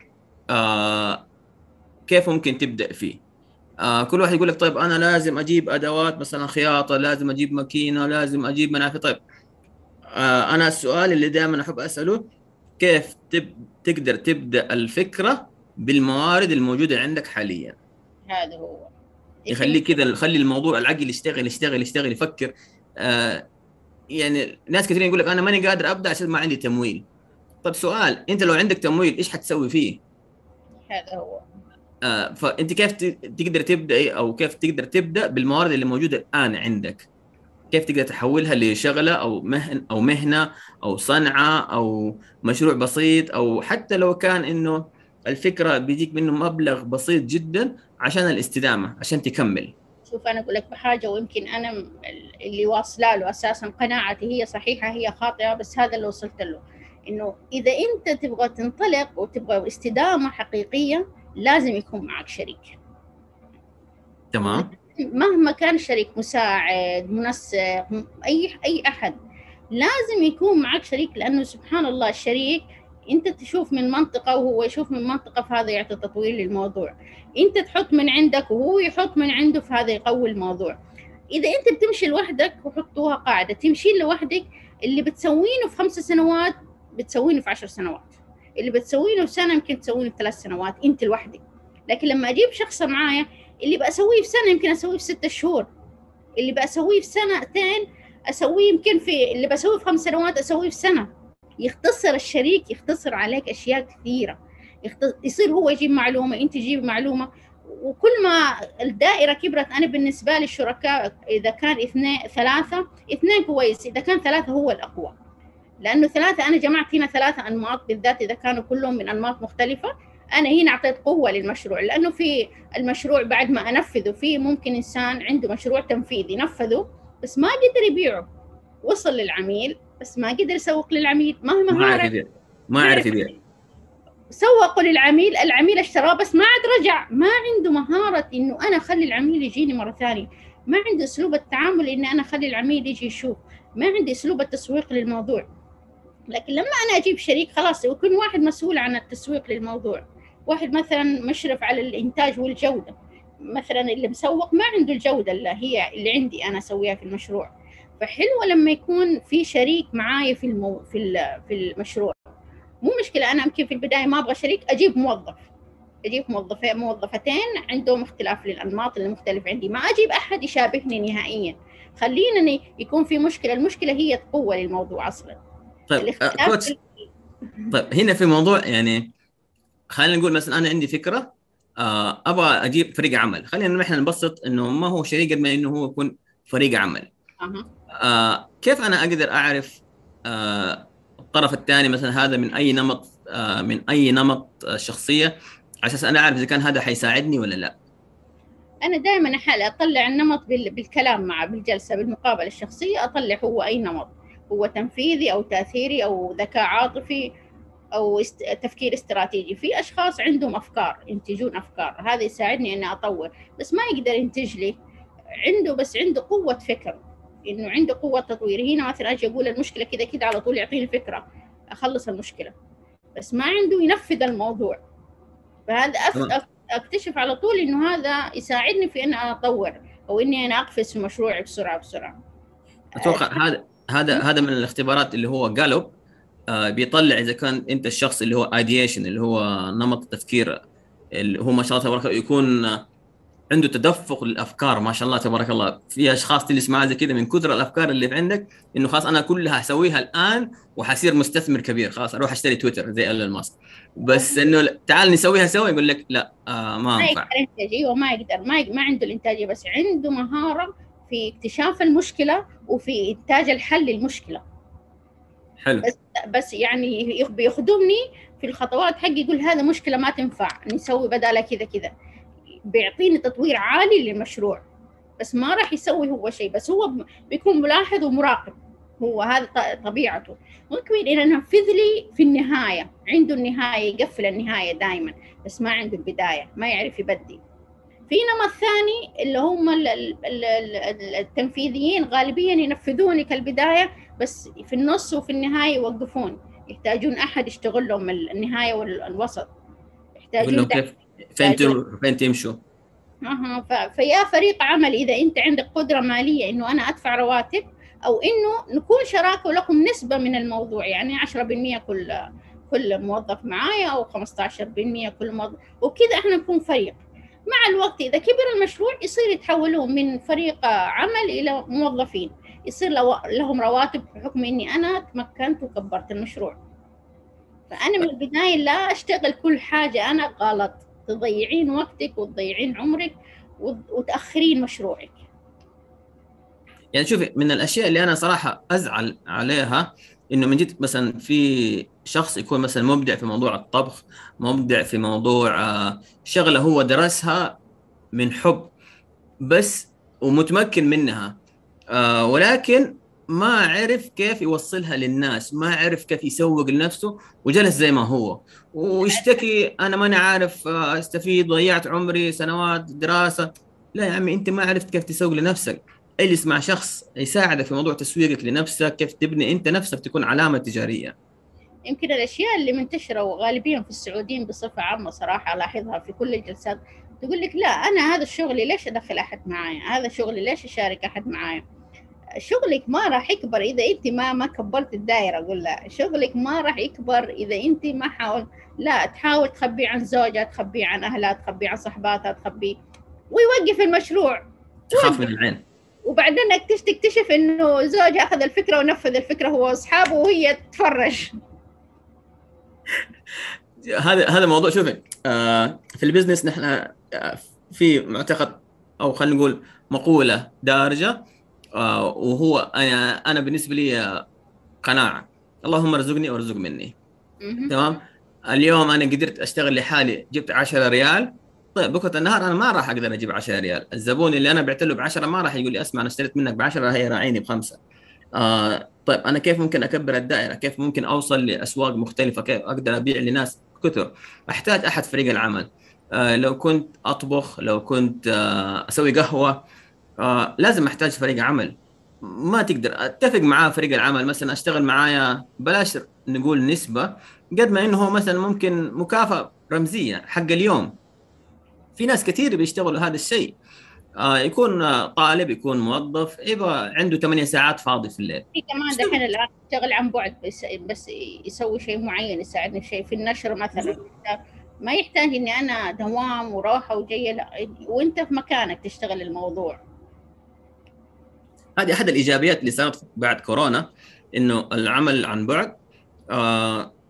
كيف ممكن تبدا فيه؟ كل واحد يقول لك طيب انا لازم اجيب ادوات مثلا خياطه، لازم اجيب ماكينه، لازم اجيب منافذ. طيب انا السؤال اللي دائما احب اساله، كيف تقدر تبدا الفكره بالموارد الموجوده عندك حاليا؟ هذا هو يخليك كذا، يخلي الموضوع العقل يشتغل يشتغل يشتغل يفكر. يعني ناس كثيرين يقول لك انا ماني قادر ابدا عشان ما عندي تمويل. طب سؤال، انت لو عندك تمويل ايش حتسوي فيه؟ هذا هو. فانت كيف تقدر تبدا، او كيف تقدر تبدا بالموارد اللي موجوده الان عندك؟ كيف تقدر تحولها لشغله او مهنه او صنعه او مشروع بسيط، او حتى لو كان انه الفكره بيجيك منه مبلغ بسيط جدا عشان الاستدامه عشان تكمل. شوف أنا أقول لك بحاجة، ويمكن أنا اللي واصلة له أساسا قناعتي هي صحيحة هي خاطئة، بس هذا اللي وصلت له، إنه إذا أنت تبغى تنطلق وتبغى استدامة حقيقية لازم يكون معك شريك. تمام. مهما كان شريك مساعد منسق أي أحد، لازم يكون معك شريك، لأنه سبحان الله الشريك أنت تشوف من منطقة وهو يشوف من منطقة، فهذا يعطي تطوير للموضوع. أنت تحط من عندك وهو يحط من عنده، فهذا يقوي الموضوع. إذا أنت بتمشي لوحدك، وحطوها قاعدة، تمشي لوحدك اللي بتسوينه في 5 سنوات بتسوينه في 10 سنوات، اللي بتسوينه في سنة يمكن تسوينه في 3 سنوات أنت لوحدك. لكن لما أجيب شخص معايا، اللي بسويه في سنة يمكن أسويه في 6 شهور، اللي بسويه في سنتين أسويه يمكن في اللي بسويه في 5 سنوات أسويه في سنة. يختصر الشريك، يختصر عليك أشياء كثيرة. يصير هو يجيب معلومة، أنت تجيب معلومة، وكل ما الدائرة كبرت. أنا بالنسبة لي الشركاء إذا كان 2 3 2 كويس، إذا كان 3 هو الأقوى، لأنه 3 أنا جمعت هنا 3 أنماط، بالذات إذا كانوا كلهم من أنماط مختلفة. أنا هنا أعطيت قوة للمشروع، لأنه في المشروع بعد ما أنفذه، فيه ممكن إنسان عنده مشروع تنفيذي نفذه بس ما قدر يبيعه، وصل للعميل بس ما قدر يسوق للعميل، ما عرف يبيع. سوقوا للعميل، العميل اشتراه بس ما عاد رجع، ما عنده مهارة إنه أنا أخلي العميل يجيني مرة ثانية، ما عنده أسلوب التعامل إني أنا أخلي العميل يجي يشوف، ما عندي أسلوب التسويق للموضوع. لكن لما أنا أجيب شريك خلاص يكون واحد مسؤول عن التسويق للموضوع، واحد مثلا مشرف على الإنتاج والجودة، مثلا اللي مسوق ما عنده الجودة اللي هي اللي عندي أنا أسويها في المشروع. فحلوة لما يكون في شريك معايا في المشروع. مو مشكلة أنا يمكن في البداية ما أبغى شريك، أجيب موظفتين عندهم اختلاف للأنماط المختلف عندي، ما أجيب أحد يشابهني نهائيا. خلينا يكون في مشكلة، المشكلة هي قوة للموضوع أصلا. طيب كوتش، طيب هنا في موضوع يعني، خلينا نقول مثلا انا عندي فكره، ابغى اجيب فريق عمل. خلينا احنا نبسط انه ما هو شريك قد ما انه هو يكون فريق عمل. أها. كيف انا اقدر اعرف الطرف الثاني مثلا هذا من اي نمط، من اي نمط شخصيه، على اساس انا اعرف اذا كان هذا حيساعدني ولا لا؟ أنا دائما أحاول أطلع النمط بالكلام معه، بالجلسة، بالمقابلة الشخصية، أطلع هو أي نمط، هو تنفيذي أو تأثيري أو ذكاء عاطفي أو تفكير استراتيجي. في أشخاص عندهم أفكار، ينتجون أفكار، هذا يساعدني إني أطور، بس ما يقدر ينتج لي. بس عنده قوة فكر، إنه عنده قوة تطوير. هنا مثلا أجي أقول المشكلة كذا كذا، على طول يعطيني فكرة أخلص المشكلة، بس ما عنده ينفذ الموضوع. فهذا أكتشف على طول إنه هذا يساعدني في إن أنا أطور، أو إني أنا أقفز في مشروعي بسرعة بسرعة. اتوقع هذا من الاختبارات اللي هو جالوب، بيطلع اذا كان انت الشخص اللي هو ايديشن، اللي هو نمط التفكير، اللي هو ما شاء الله تبارك الله يكون عنده تدفق للافكار. ما شاء الله تبارك الله، في اشخاص تجلس معاه زي كذا من كثر الافكار اللي في عندك، انه خلاص انا كلها اسويها الان وحصير مستثمر كبير، خلاص اروح اشتري تويتر زي ايلون ماسك. بس انه تعال نسويها سوا، يقول لك لا، ما ما انفع. يقدر ينتج. ايوه ما يقدر، ما عنده الانتاجيه، بس عنده مهاره في اكتشاف المشكله وفي انتاج الحل للمشكله. حلو. بس يعني بيخدمني في الخطوات حقي، يقول هذا مشكله ما تنفع، نسوي بدالها كذا كذا، بيعطيني تطوير عالي للمشروع. بس ما راح يسوي هو شيء، بس هو بيكون ملاحظ ومراقب، هو هذا طبيعته. ممكن إنه ينفذ لي في النهاية، عنده النهاية، يقفل النهاية دائما، بس ما عنده البداية، ما يعرف يبدي. في نمط ثاني اللي هم التنفيذيين، غالبيا ينفذون لك البداية، بس في النص وفي النهاية يوقفون، يحتاجون أحد يشتغل لهم النهاية والوسط، يقول يحتاجون لهم دعم، كيف، يحتاجون. فين تمشوا. فيا فريق عمل، إذا أنت عندك قدرة مالية إنه أنا أدفع رواتب، أو إنه نكون شراكة ولكم نسبة من الموضوع، يعني 10% كل موظف معايا، أو 15% كل موظف، وكذا إحنا نكون فريق. مع الوقت إذا كبر المشروع يصير يتحولوا من فريق عمل إلى موظفين، يصير لهم رواتب بحكم إني أنا تمكنت وكبرت المشروع. فأنا من البداية لا أشتغل كل حاجة أنا، غلط، تضيعين وقتك وتضيعين عمرك وتأخرين مشروعك. يعني شوفي، من الاشياء اللي انا صراحه ازعل عليها، انه من جد مثلا في شخص يكون مثلا مبدع في موضوع الطبخ، مبدع في موضوع شغله هو درسها من حب بس، ومتمكن منها، ولكن ما عرف كيف يوصلها للناس، ما عرف كيف يسوق لنفسه، وجلس زي ما هو ويشتكي انا ماني عارف استفيد، ضيعت عمري سنوات دراسة. لا يا عمي، انت ما عرفت كيف تسوق لنفسك. اجلس مع شخص يساعدك في موضوع تسويقك لنفسك، كيف تبني انت نفسك تكون علامة تجارية. يمكن الأشياء اللي منتشرة وغالبيا في السعوديين بصفة عامة صراحة ألاحظها في كل الجلسات، تقول لك لا أنا هذا شغلي ليش أدخل أحد معايا، هذا شغلي ليش أشارك أحد معايا. شغلك ما راح يكبر إذا أنت ما كبرت الدائرة. أقول لا، شغلك ما راح يكبر إذا أنت ما حاول، لا تحاول تخبيه عن زوجها، تخبيه عن أهلها، تخبيه عن صحباتها، تخبيه، ويوقف المشروع. تخاف من العين. وبعدين انك تكتشف انه زوج اخذ الفكره ونفذ الفكره هو واصحابه، وهي تتفرج. هذا موضوع. شوفي، في البزنس نحن في معتقد، او خلينا نقول مقولة دارجة، وهو انا بالنسبة لي قناعة: اللهم ارزقني وارزق مني. تمام. اليوم انا قدرت اشتغل لحالي، جبت 10 ريال، طيب بكره النهار انا ما راح اقدر اجيب 10 ريال. الزبون اللي انا بعت له ب 10 ما راح يقول لي اسمع انا اشتريت منك ب 10، هي راعيني ب5. طيب انا كيف ممكن اكبر الدائره؟ كيف ممكن اوصل لاسواق مختلفه؟ كيف اقدر ابيع لناس كثر؟ احتاج احد فريق العمل. لو كنت اطبخ، لو كنت اسوي قهوه، لازم احتاج فريق عمل. ما تقدر اتفق معاه فريق العمل مثلا اشتغل معايا، بلاش نقول نسبه، قد ما انه هو مثلا ممكن مكافاه رمزيه حق اليوم. في ناس كثير بيشتغلوا هذا الشيء، يكون طالب، يكون موظف، يبغى عنده 8 ساعات فاضي في الليل. في كمان دحين الان يشتغل عن بعد، بس يسوي شيء معين، يساعدني في شيء في النشر مثلا، ما يحتاج اني انا دوام وراحه وجايه، لا، وانت في مكانك تشتغل الموضوع. هذه احد الايجابيات اللي صارت بعد كورونا، انه العمل عن بعد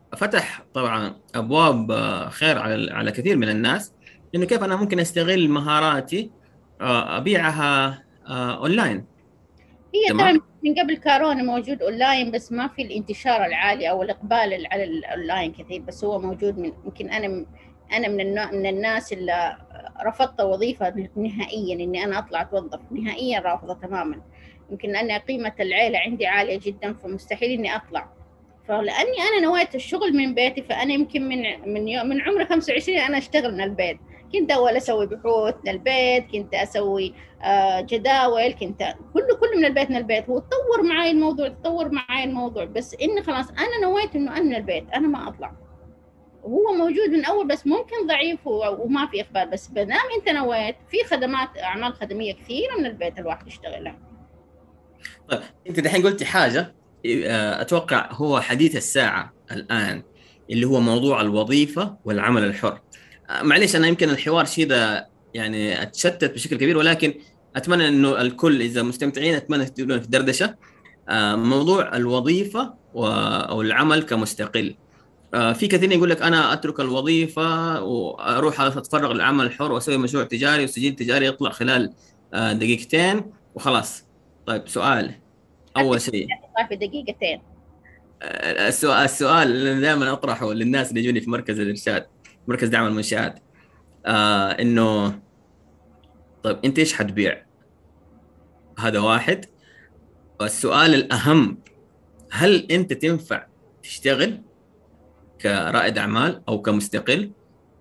فتح طبعا ابواب خير على كثير من الناس، انه كيف انا ممكن استغل مهاراتي ابيعها اونلاين. هي تمام. ترى من قبل كورونا موجود اونلاين، بس ما في الانتشار العالي او الاقبال على الاونلاين كثير، بس هو موجود. من يمكن انا من الناس اللي رفضت وظيفه نهائيا، اني انا اطلع اتوظف نهائيا، رافضه تماما. يمكن لان قيمه العيله عندي عاليه جدا، فمستحيل اني اطلع. فلاني انا نويت الشغل من بيتي، فانا يمكن من عمر 25 انا اشتغل من البيت. كنت اول اسوي بحوث من البيت، كنت اسوي جداول، كنت كله من البيت. هو تطور معي الموضوع، بس اني خلاص انا نويت انه انا من البيت، انا ما اطلع. هو موجود من اول، بس ممكن ضعيف وما في اقبال. بس بدام انت نويت، في اعمال خدميه كثيره من البيت الواحد يشتغلها. طيب انت دحين قلتي حاجه اتوقع هو حديث الساعه الان، اللي هو موضوع الوظيفه والعمل الحر. معليش انا يمكن الحوار شيء ذا يعني اتشتت بشكل كبير، ولكن اتمنى انه الكل اذا مستمتعين اتمنى تقولون في دردشه موضوع الوظيفه او العمل كمستقل. في كثير يقول لك انا اترك الوظيفه واروح اتفرغ للعمل الحر واسوي مشروع تجاري وسجل تجاري يطلع خلال دقيقتين وخلاص. طيب سؤال، حتى اول شيء في دقيقتين. السؤال اللي دائما اطرحه للناس اللي يجوني في مركز الارشاد، مركز دعم المنشآت، انه طيب انت ايش حتبيع؟ هذا واحد. والسؤال الاهم، هل انت تنفع تشتغل كرائد اعمال او كمستقل؟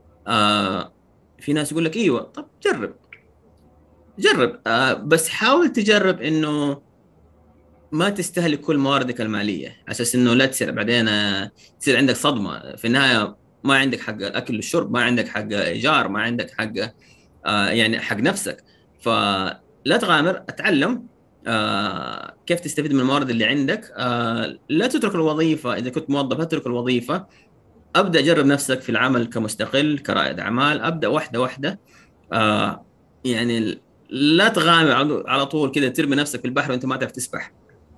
في ناس يقول لك ايوه، طب جرب بس حاول تجرب انه ما تستهلك كل مواردك الماليه، على اساس انه لا تصير بعدين تصير عندك صدمه في النهايه. ما عندك حق الاكل والشرب، ما عندك حق ايجار، ما عندك حق يعني حق نفسك. فلا تغامر، اتعلم كيف تستفيد من الموارد اللي عندك. لا تترك الوظيفه، اذا كنت موظف لا تترك الوظيفه. ابدا جرب نفسك في العمل كمستقل كرائد اعمال، ابدا واحده واحده. يعني لا تغامر على طول كذا ترمي نفسك في البحر وانت ما تعرف تسبح.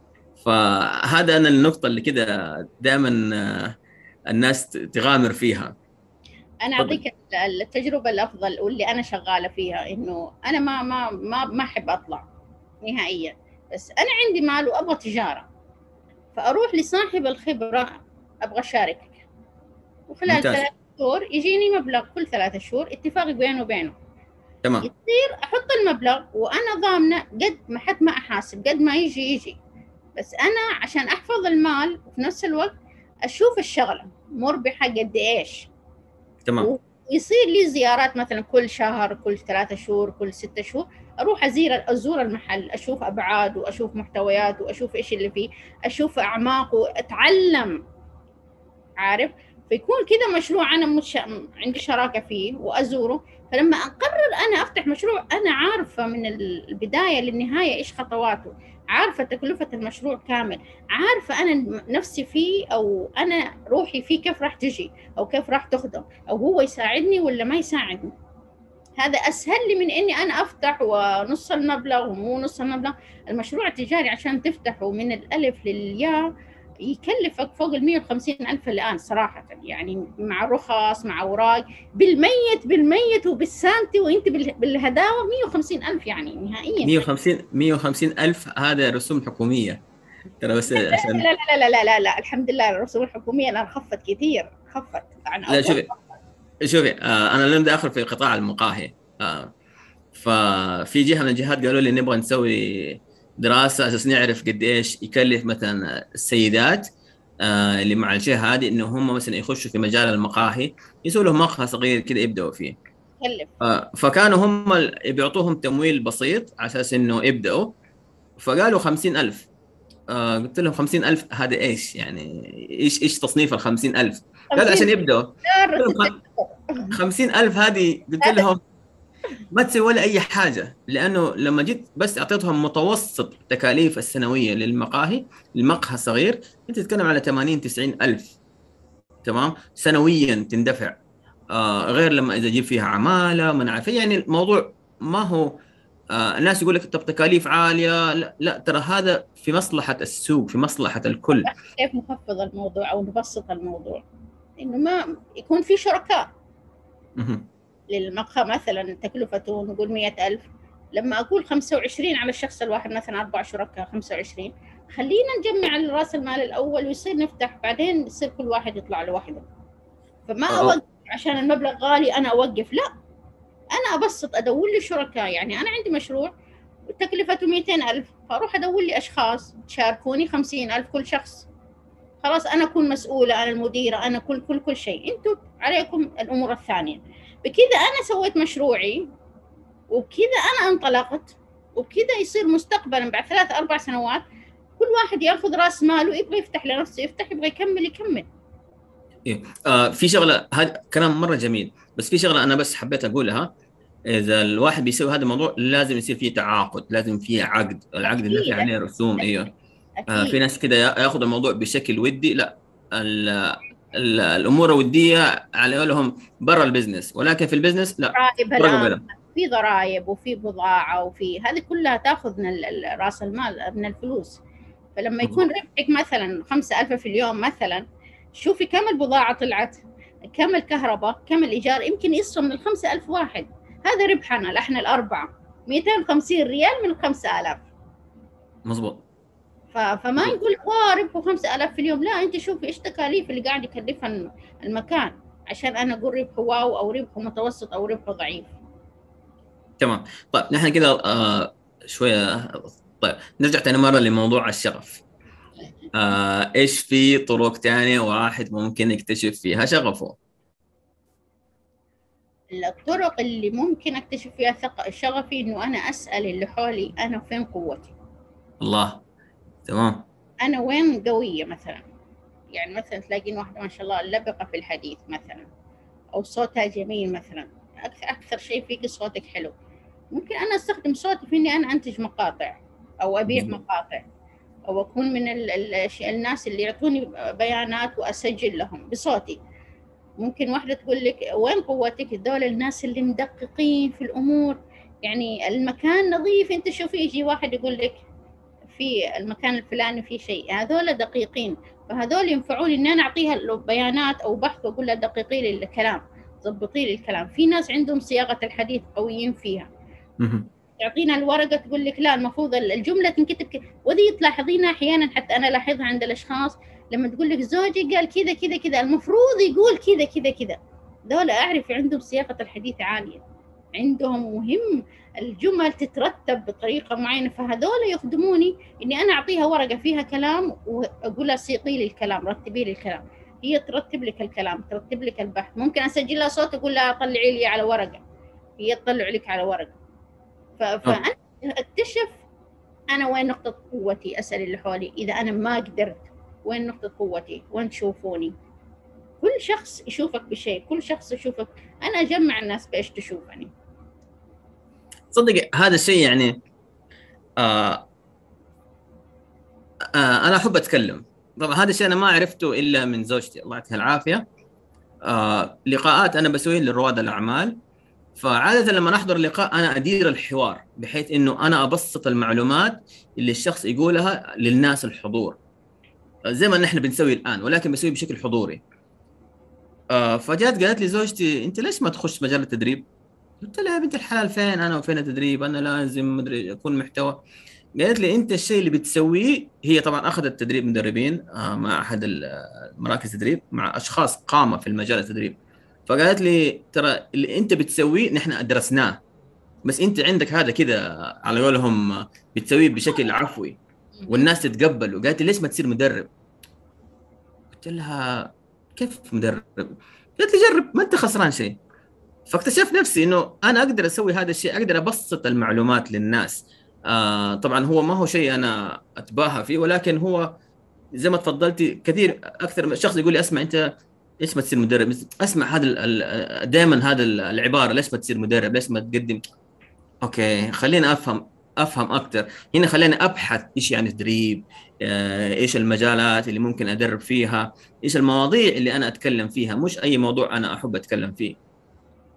فهذا انا النقطه اللي كده دائما الناس تغامر فيها. انا اعطيك التجربه الافضل واللي انا شغاله فيها، انه انا ما احب اطلع نهائيا، بس انا عندي مال وابغى تجاره، فاروح لصاحب الخبره، ابغى اشاركك، وخلال ممتاز. 3 شهور يجيني مبلغ، كل 3 شهور اتفاق بينه وبينه. تمام. يصير احط المبلغ وانا ضامنه قد ما حد ما احاسب، قد ما يجي، بس انا عشان احفظ المال وفي نفس الوقت اشوف الشغله مربحه قد ايش. تمام. ويصير لي زيارات مثلا كل شهر، كل 3 شهور، كل 6 شهور، اروح ازور المحل، اشوف ابعاد واشوف محتويات واشوف ايش اللي فيه، اشوف اعماقه واتعلم، عارف. فيكون كذا مشروع انا عندي شراكه فيه وازوره. فلما اقرر انا افتح مشروع، انا عارفه من البدايه للنهايه ايش خطواته، عارفه تكلفه المشروع كامل، عارفه انا نفسي فيه او انا روحي فيه كيف راح تجي او كيف راح تخدم، او هو يساعدني ولا ما يساعدني. هذا اسهل لي من اني انا افتح ونص المبلغ ومو نص المبلغ. المشروع التجاري عشان تفتحه من الالف للياء يكلفك فوق 150,000 الآن صراحة، يعني مع رخص مع أوراق، بالميت وبالسانتي، وأنت بالهداوة 150,000 يعني نهائيا. 150 ألف هذا رسوم حكومية ترى، بس لا عشان لا لا لا لا لا, لا. الحمد لله الرسوم الحكومية الآن خفت كثير، خفت عن لا. أول. شوفي أنا لم داخل في قطاع المقاهي. ففي جهة من الجهات قالوا لي نبغى نسوي دراسة أساس نعرف قد إيش يكلف مثلا السيدات اللي مع الجهة هذه إنه هم مثلا يخشوا في مجال المقاهي، يسووا لهم مقهى صغير كذا يبدأوا فيه. كلف. فكانوا هم بيعطوهم تمويل بسيط على أساس إنه يبدأوا. فقالوا 50,000. قلت لهم 50,000 هذا إيش يعني؟ إيش تصنيف 50,000؟ قالوا عشان يبدأوا. 50,000 هذه قلت لهم ما تسوي ولا أي حاجة، لأنه لما جيت بس أعطيتهم متوسط تكاليف السنوية للمقاهي، المقهى صغير أنت تتكلم على 80-90 ألف. تمام سنويا تندفع. غير لما إذا جيب فيها عمالة ما نعرف، يعني الموضوع ما هو الناس يقول لك طب تكاليف عاليه، لا, لا ترى هذا في مصلحه السوق، في مصلحه الكل. كيف نخفض الموضوع او نبسط الموضوع؟ انه ما يكون في شركاء للمقهى، مثلا تكلفته نقول 100,000، لما أقول 25 على الشخص الواحد، مثلا 4 شركاء 25، خلينا نجمع رأس المال الأول ويصير نفتح، بعدين يصير كل واحد يطلع لوحده. فما أوقف عشان المبلغ غالي أنا أوقف، لا، أنا أبسط، أدور لي شركاء. يعني أنا عندي مشروع تكلفته 200,000، فأروح أدور لي أشخاص تشاركوني 50,000 كل شخص. خلاص أنا أكون مسؤولة، أنا المديرة، أنا كل شيء، أنتم عليكم الأمور الثانية. بكذا أنا سويت مشروعي، وبكذا أنا انطلقت، وبكذا يصير مستقبلا بعد 3-4 سنوات كل واحد ياخذ راس ماله، يبغى يفتح لنفسه يفتح، يبغى يكمل. إيه. في شغله، هذا كلام مره جميل، بس في شغله انا بس حبيت اقولها. اذا الواحد بيسوي هذا الموضوع لازم يصير فيه تعاقد، لازم فيه عقد، العقد اللي في عليه رسوم. ايوه. في ناس كده ياخذ الموضوع بشكل ودي، لا، الامور الوديه على قولهم برا البزنس، ولكن في البزنس لا. ضرائب، في ضرائب وفي بضاعه، وفي هذه كلها تاخذ من راس المال، من الفلوس. فلما يكون ربحك مثلا 5,000 في اليوم مثلا، شوفي كم البضاعه طلعت، كم الكهرباء، كم الايجار، يمكن يصرف من 5,000 واحد. هذا ربحنا احنا الاربعه، 250 ريال من 5,000. مظبوط. فما نقول ربحوا 5,000 في اليوم، لا، انت شوفي ايش تكاليف اللي قاعد يكلفها المكان عشان انا اقول ربحه واو او ربحه متوسط او ربحه ضعيف. تمام. طيب نحن كده شويه. طيب نرجع تاني مره لموضوع الشغف. ايش في طرق تانية واحد ممكن يكتشف فيها شغفه؟ الطرق اللي ممكن اكتشف فيها شغفي انه انا اسال اللي حولي انا فين قوتي. الله. تمام. انا وين قويه مثلا. يعني مثلا تلاقين واحده ما شاء الله لبقه في الحديث مثلا، او صوتها جميل مثلا، اكثر شيء فيك صوتك حلو، ممكن انا استخدم صوتي في اني انا انتج مقاطع او ابيع مقاطع، او اكون من الناس اللي يعطوني بيانات واسجل لهم بصوتي. ممكن واحدة تقول لك وين قوتك؟ دول الناس اللي مدققين في الأمور، يعني المكان نظيف، أنت شوفي يجي واحد يقول لك في المكان الفلاني في شيء، هذول دقيقين، فهذول ينفعوني إن أنا أعطيها بيانات أو بحث وأقول لها دقيقي لي الكلام، ضبطي لي الكلام. في ناس عندهم صياغة الحديث قويين فيها، تعطينا الورقة تقول لك لا المفروض الجملة تنكتب وذي تلاحظينها أحيانا، حتى أنا لاحظها عند الأشخاص لما تقول لك زوجي قال كذا كذا كذا، المفروض يقول كذا كذا كذا. دول أعرف عندهم صياغة الحديث عالية، عندهم مهم الجمل تترتب بطريقة معينة، فهذول يخدموني إني أنا أعطيها ورقة فيها كلام وأقول لها سيقي لي الكلام، رتبي لي الكلام، هي ترتب لك الكلام، ترتب لك البحث. ممكن أسجل لها صوت أقول لها طلعي لي على ورقة، هي تطلع لك على ورقة. فأنا أكتشف أنا وين نقطة قوتي، أسأل اللي حولي إذا أنا ما قدرت وين نقطة قوتي، وين تشوفوني. كل شخص يشوفك بشيء، كل شخص يشوفك، أنا أجمع الناس بإيش تشوفني. صدق هذا الشيء يعني أنا أحب أتكلم. طبعا هذا الشيء أنا ما عرفته إلا من زوجتي الله يعطيها العافية. لقاءات أنا بسويها لرواد الأعمال، فعادة لما نحضر لقاء أنا أدير الحوار بحيث إنه أنا أبسط المعلومات اللي الشخص يقولها للناس الحضور، زي ما نحن بنسوي الآن، ولكن بسوي بشكل حضوري. فجات قالت لي زوجتي أنت ليش ما تخش مجال التدريب؟ قلت لها يا بنت الحلال فين أنا وفين التدريب؟ أنا لازم مدري أكون محتوى. قالت لي أنت الشيء اللي بتسويه، هي طبعا أخذت تدريب مدربين مع أحد المراكز التدريب مع أشخاص قامة في المجال التدريب، فقالت لي ترى اللي أنت بتسويه نحن درسناه، بس أنت عندك هذا كذا على قولهم بتسويه بشكل عفوي والناس تتقبل. وقالت لي ليش ما تصير مدرب؟ قلت لها كيف مدرب؟ قالت لي جرب، ما أنت خسران شيء. فاكتشفت نفسي انه انا اقدر اسوي هذا الشيء، اقدر ابسط المعلومات للناس. طبعا هو ما هو شيء انا اتباهى فيه، ولكن هو زي ما تفضلتي كثير اكثر شخص يقول لي اسمع انت ليش ما تصير مدرب؟ اسمع هذا دائما هذا العباره ليش ما تصير مدرب؟ ليش ما تقدم؟ اوكي خلينا افهم اكثر هنا، خلينا ابحث ايش يعني تدريب، ايش المجالات اللي ممكن ادرب فيها، ايش المواضيع اللي انا اتكلم فيها، مش اي موضوع انا احب اتكلم فيه.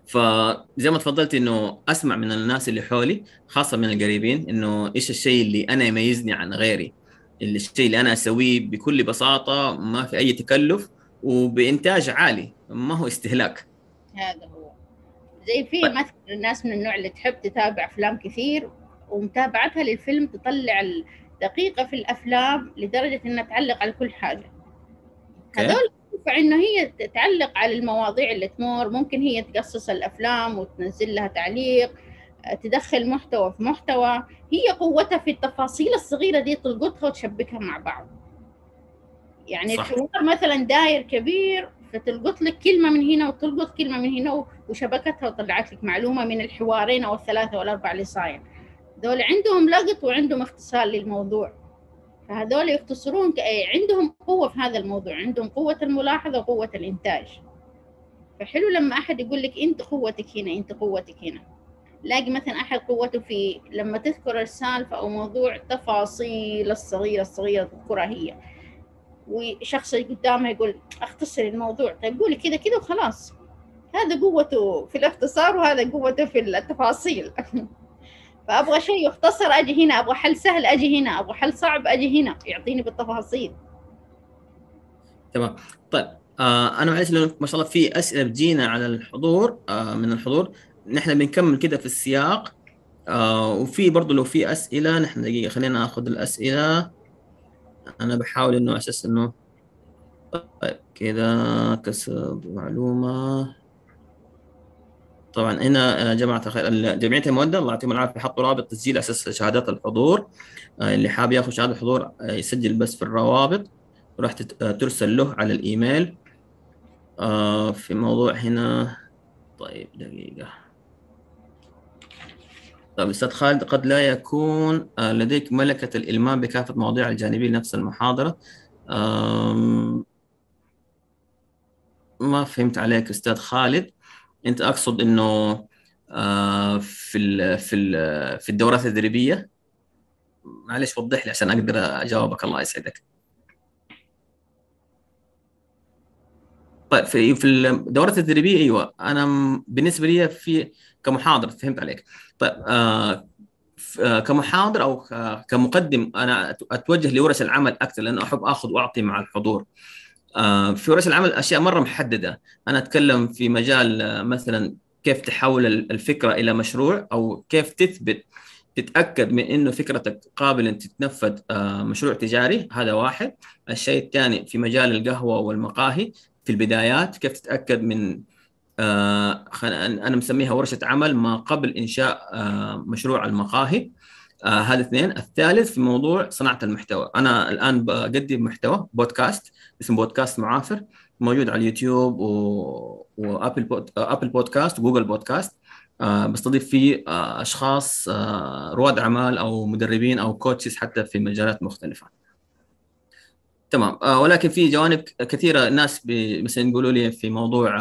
فزي ما تفضلت انه اسمع من الناس اللي حولي خاصه من القريبين انه ايش الشيء اللي انا يميزني عن غيري، الشيء اللي انا اسويه بكل بساطه ما في اي تكلف وبانتاج عالي، ما هو استهلاك. هذا هو. زي في طيب. مثلا الناس من النوع اللي تحب تتابع أفلام كثير، ومتابعتها للفيلم تطلع الدقيقة في الأفلام لدرجة إنها تعلق على كل حاجة. اوكي. هذول فإنه هي تعلق على المواضيع اللي تمر، ممكن هي تقصص الأفلام وتنزل لها تعليق، تدخل محتوى في محتوى. هي قوتها في التفاصيل الصغيرة دي، تلقطها وتشبكها مع بعض. يعني صح. الحوار مثلا داير كبير، فتلقط لك كلمة من هنا وتلقط كلمة من هنا وشبكتها وطلعت لك معلومة من الحوارين أو الثلاثة والأربعة اللي صاير. دول عندهم لقط وعندهم اختصار للموضوع، فهذول يختصرون عندهم قوة في هذا الموضوع، عندهم قوة الملاحظة وقوة الإنتاج. فحلو لما أحد يقول لك أنت قوتك هنا، أنت قوتك هنا. لاقي مثلا أحد قوته في لما تذكر السالفة أو موضوع تفاصيل الصغيرة الصغيرة تذكرها هي، وشخص قدامه يقول اختصر الموضوع، طيب قولي كذا كذا وخلاص. هذا قوته في الاختصار وهذا قوته في التفاصيل. فأبغى شيء يختصر أجي هنا، أبغى حل سهل أجي هنا، أبغى حل صعب أجي هنا، يعطيني بالتفاصيل. تمام. طيب انا معلش لأنه ما شاء الله في اسئله بتجينا على الحضور من الحضور، نحن بنكمل كده في السياق. وفي برضه لو في اسئله نحن دقيقه خلينا ناخذ الاسئله. انا بحاول انه اساس انه طيب كده كسب معلومه. طبعا هنا جماعه الخير جمعيه الموده الله يعطيهم العافيه حطوا رابط تسجيل اساس شهادات الحضور. اللي حاب ياخذ شهاده الحضور يسجل بس في الروابط وراح ترسل له على الايميل. في موضوع هنا. طيب دقيقة. طيب أستاذ خالد قد لا يكون لديك ملكة الإلمام بكافة المواضيع الجانبية لنفس المحاضرة. ما فهمت عليك أستاذ خالد. أنت أقصد إنه في الدورات التدريبية. معلش وضح لي عشان أقدر أجاوبك. الله يسعدك. طيب في الدورات التدريبيه ايوه انا بالنسبه لي في كمحاضر فهمت عليك. طيب كمحاضر او كمقدم انا اتوجه لورش العمل اكثر لانه احب اخذ واعطي مع الحضور. في ورش العمل اشياء مره محدده. انا اتكلم في مجال مثلا كيف تحول الفكره الى مشروع او كيف تتاكد من انه فكرتك قابله ان تتنفذ مشروع تجاري. هذا واحد. الشيء الثاني في مجال القهوه والمقاهي في البدايات كيف تتاكد من انا مسميها ورشه عمل ما قبل انشاء مشروع المقاهي. هذا اثنين. الثالث في موضوع صناعه المحتوى. انا الان بقدم محتوى بودكاست اسمه بودكاست معافر موجود على اليوتيوب ابل بودكاست وجوجل بودكاست. بستضيف فيه اشخاص رواد اعمال او مدربين او كوتشز حتى في مجالات مختلفه. تمام. ولكن في جوانب كثيره الناس مثلا يقولوا لي في موضوع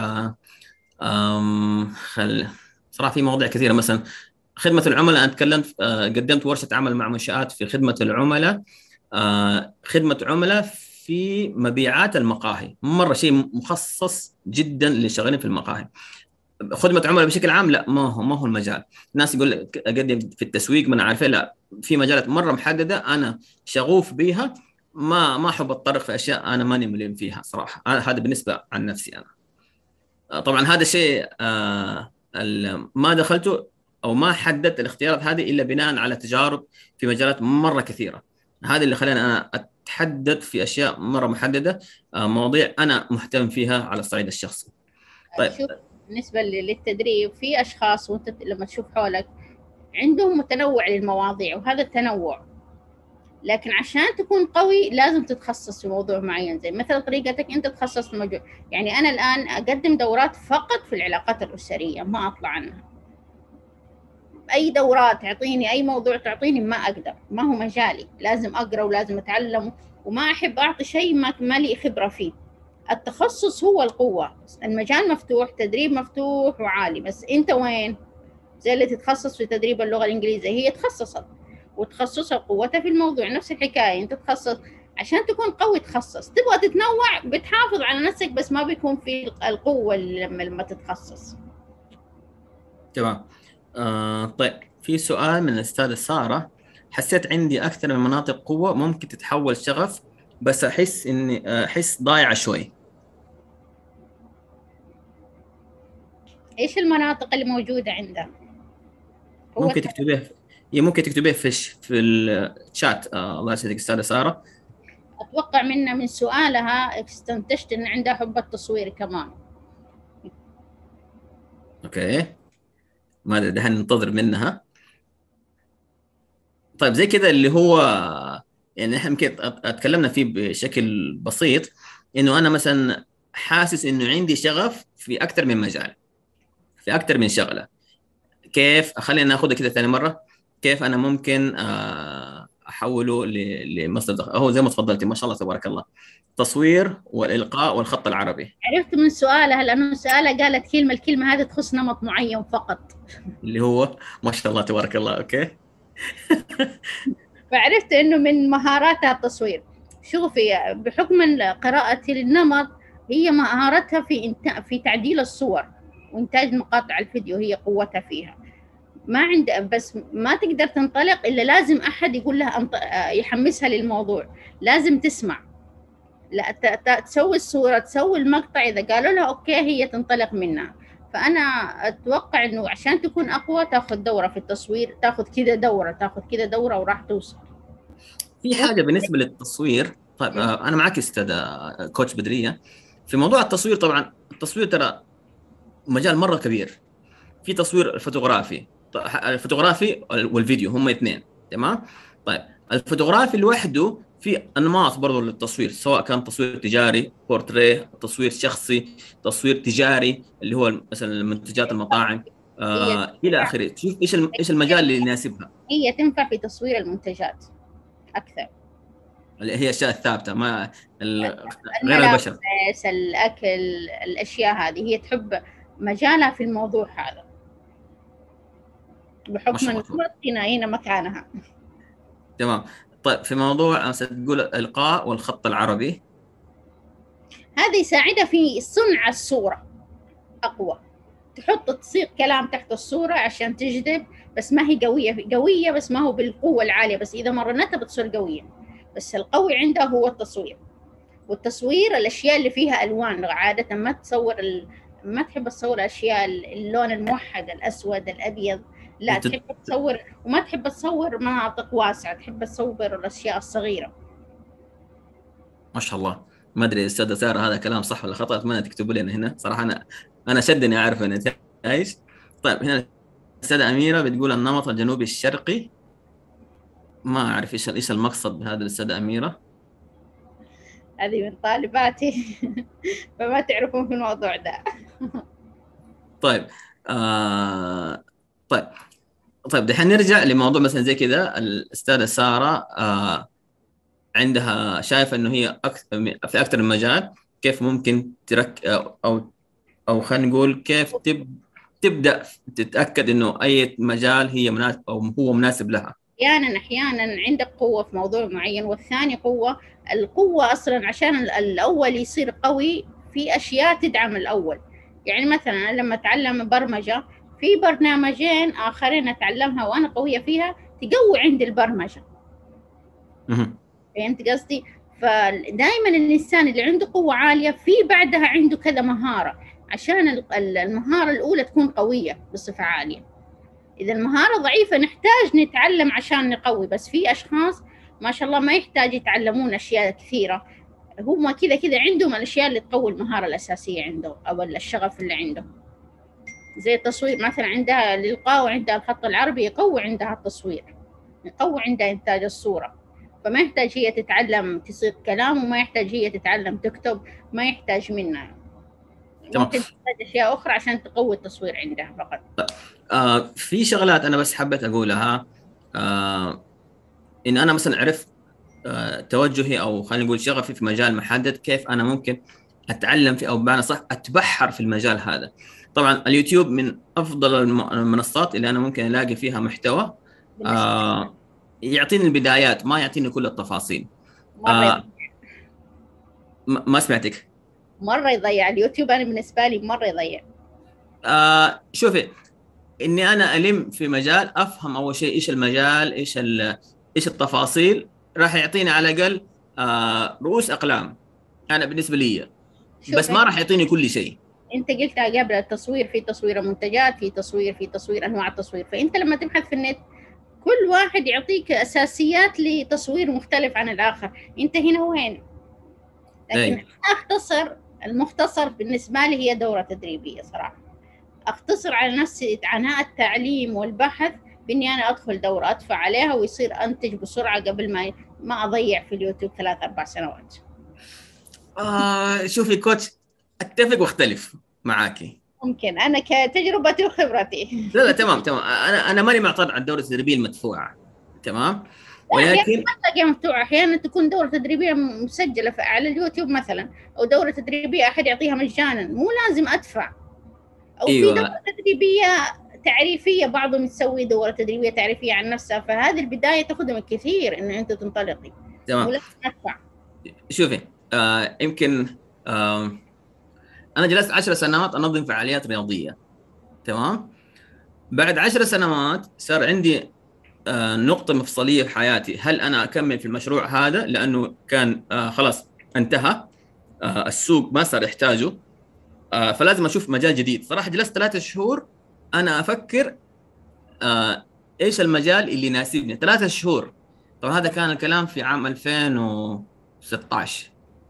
صراحه في مواضيع كثيره مثلا خدمه العملاء. انا تكلمت قدمت ورشه عمل مع منشآت في خدمه العملاء. خدمه عملاء في مبيعات المقاهي مره شيء مخصص جدا اللي شغالين في المقاهي. خدمه عملاء بشكل عام لا ما هو المجال. الناس يقول اقدم في التسويق ما انا عارفه لا في مجالات مره محدده انا شغوف بيها. ما احب اتطرق في اشياء انا ماني ملم فيها صراحه. هذا بالنسبه عن نفسي انا. طبعا هذا الشيء ما دخلته او ما حددت الاختيارات هذه الا بناء على تجارب في مجالات مره كثيره. هذا اللي خلاني انا اتحدد في اشياء مره محدده مواضيع انا مهتم فيها على الصعيد الشخصي. طيب شوف، بالنسبة للتدريب في أشخاص وأنت لما تشوف حولك عندهم متنوع للمواضيع وهذا التنوع، لكن عشان تكون قوي لازم تتخصص في موضوع معين. زي مثلا طريقتك أنت تخصص في موضوع، يعني أنا الآن أقدم دورات فقط في العلاقات الأسرية ما أطلع عنها. أي دورات تعطيني أي موضوع تعطيني ما أقدر، ما هو مجالي. لازم أقرأ ولازم أتعلم، وما أحب أعطي شيء ما لي خبرة فيه. التخصص هو القوة. المجال مفتوح، تدريب مفتوح وعالي، بس أنت وين؟ زي اللي تتخصص في تدريب اللغة الإنجليزية، هي تخصصت وتخصصها قوتها في الموضوع. نفس الحكاية أنت تخصص عشان تكون قوي. تخصص تبغى تتنوع بتحافظ على نفسك، بس ما بيكون في القوة لما تتخصص. تمام. طيب، في سؤال من الأستاذة سارة: حسيت عندي أكثر من مناطق قوة ممكن تتحول شغف، بس أحس إني ضايعة شوي. إيش المناطق اللي موجودة عنده؟ هو ممكن تكتبيه ممكن تكتبيه في الشات. الله يسعدك أستاذة سارة. أتوقع من سؤالها استنتجت إن عندها حب التصوير كمان. أوكي، ما أدري، دحين ننتظر منها. طيب، زي كذا اللي هو يعني احنا يمكن اتكلمنا فيه بشكل بسيط، انه انا مثلا حاسس انه عندي شغف في اكثر من مجال، في اكثر من شغله. كيف؟ خلينا ناخذها كده ثاني مره. كيف انا ممكن احوله لمصدر دخل؟ هو زي ما تفضلتي، ما شاء الله تبارك الله، تصوير والالقاء والخط العربي. عرفت من سؤالها، لأنه سؤالها قالت الكلمة هذه تخص نمط معين فقط. اللي هو ما شاء الله تبارك الله. اوكي. فعرفت إنه من مهاراتها التصوير. شوفي، بحكم قراءة النمط، هي مهارتها في تعديل الصور وإنتاج مقاطع الفيديو، هي قوتها فيها. ما عند بس ما تقدر تنطلق إلا لازم أحد يقول لها يحمسها للموضوع. لازم تسمع، لا تسوي الصورة، تسوي المقطع، إذا قالوا لها أوكي هي تنطلق منها. فأنا أتوقع إنه عشان تكون أقوى تاخذ دورة في التصوير، تاخذ كذا دورة وراح توصل. في حاجه بالنسبه للتصوير. طيب، انا معك استاذ كوتش بدريه في موضوع التصوير. طبعا التصوير ترى مجال مره كبير. في تصوير الفوتوغرافي، الفوتوغرافي والفيديو هم اثنين. تمام. طيب، الفوتوغرافي لوحده في انماط برضه للتصوير، سواء كان تصوير تجاري، بورتريه، تصوير شخصي، تصوير تجاري اللي هو مثلا منتجات المطاعم، هي الى اخره. تشوف ايش المجال اللي يناسبها. هي تنفع في تصوير المنتجات أكثر. اللي هي الاشياء الثابته، ما غير البشر. الملابس، الأكل، الأشياء هذه هي تحب مجالها في الموضوع هذا، ما بحكم شاء الله. النمط هنا مكانها. تمام. طيب، في موضوع تقول الالقاء والخط العربي. هذا يساعدها في صنع الصورة أقوى. تصيغ كلام تحت الصورة عشان تجذب، بس ما هي قوية، بس ما هو بالقوة العالية، بس إذا مرنتها بتصير قوية. بس القوي عندها هو التصوير. والتصوير الأشياء اللي فيها ألوان، عادة ما تحب تصور أشياء اللون الموحد، الأسود، الأبيض. لا، وتت... تحب تصور، وما تحب تصور مناطق واسعة، تحب تصور الأشياء الصغيرة. ما شاء الله. ما ادري استاذ ساره هذا كلام صح ولا خطا، اتمنى تكتبوا لنا هنا صراحه. انا شدني اعرف النتائج. طيب، هنا الاستاذه اميره بتقول النمط الجنوبي الشرقي. ما اعرف ايش المقصد بهذا الاستاذه اميره. هذه من طالباتي فما تعرفون في الموضوع ده. طيب. طيب. طيب، دحين نرجع لموضوع مثلا زي كذا. الاستاذه ساره عندها شايفه انه هي في اكثر من مجال. كيف ممكن او خلينا نقول كيف تبدا تتاكد انه اي مجال هي مناسب او هو مناسب لها. أحيانا عندك قوة في موضوع معين، والثاني القوة أصلا عشان الأول يصير قوي في أشياء تدعم الأول. يعني مثلا أنا لما أتعلم برمجة، في برنامجين آخرين أتعلمها وأنا قوية فيها تقوي عندي البرمجة. فهمت قصدي؟ فدائما الإنسان اللي عنده قوة عالية في بعدها عنده كذا مهارة، عشان المهارة الأولى تكون قوية بصفة عالية. إذا المهارة ضعيفة نحتاج نتعلم عشان نقوي. بس في أشخاص ما شاء الله ما يحتاج يتعلمون أشياء كثيرة، هم كذا عندهم الأشياء اللي تقوي المهارة الأساسية عنده أو الشغف اللي عنده. زي التصوير مثلا، عندها الإلقاء وعندها الخط العربي، يقوي عندها التصوير، يقوي عندها إنتاج الصورة. فما يحتاج هي تتعلم تصيغ كلام، وما يحتاج هي تتعلم تكتب، ما يحتاج منها. ممكن تحتاج أشياء أخرى عشان تقوي التصوير عندها فقط. في شغلات أنا بس حبيت أقولها. إن أنا مثلا عرفت توجهي أو خلينا نقول شغفي في مجال محدد، كيف أنا ممكن أتعلم فيه، أو بمعنى صح أتبحر في المجال هذا. طبعا اليوتيوب من أفضل المنصات اللي أنا ممكن ألاقي فيها محتوى يعطيني البدايات، ما يعطيني كل التفاصيل. ما سمعتك. مرة يضيع اليوتيوب، أنا بالنسبة لي مرة يضيع. شوفي، اني انا الم في مجال، افهم اول شيء ايش المجال، ايش التفاصيل، راح يعطيني على الاقل رؤوس اقلام انا بالنسبه لي، شوف بس ما راح يعطيني كل شيء. انت قلت قبل التصوير، في تصوير منتجات، في تصوير انواع التصوير، فانت لما تبحث في النت كل واحد يعطيك اساسيات لتصوير مختلف عن الاخر، انت هنا وين؟ لكن اي أنا اختصر، المختصر بالنسبه لي هي دوره تدريبيه صراحه، اختصر على نفسي عناء التعليم والبحث باني انا ادخل دوره ادفع عليها ويصير انتج بسرعه قبل ما اضيع في اليوتيوب 3 4 سنوات. شوفي كوتش، اتفق واختلف معاكي. ممكن انا كتجربتي وخبرتي. لا لا، تمام تمام، انا ماني معترض على الدوره التدريبيه المدفوعه، تمام، لا احيانا ولكن ما تلاقيها مفتوحه، احيانا تكون دوره تدريبيه مسجله على اليوتيوب مثلا، او دوره تدريبيه احد يعطيها مجانا، مو لازم ادفع. او في دوره ايوه تدريبيه تعريفيه، بعضهم تسوي دوره تدريبيه تعريفيه عن نفسها، فهذه البدايه تخدمك كثير انه انت تنطلقي، مو تمام. لازم ادفع. شوفي يمكن انا جلست 10 سنوات انظم فعاليات رياضيه، تمام. بعد 10 سنوات صار عندي نقطة مفصلية في حياتي، هل أنا أكمل في المشروع هذا لأنه كان خلاص انتهى، السوق ما صار يحتاجه، فلازم أشوف مجال جديد. صراحة جلست 3 شهور أنا أفكر إيش المجال اللي يناسبني، 3 شهور. طبعا هذا كان الكلام في عام 2016.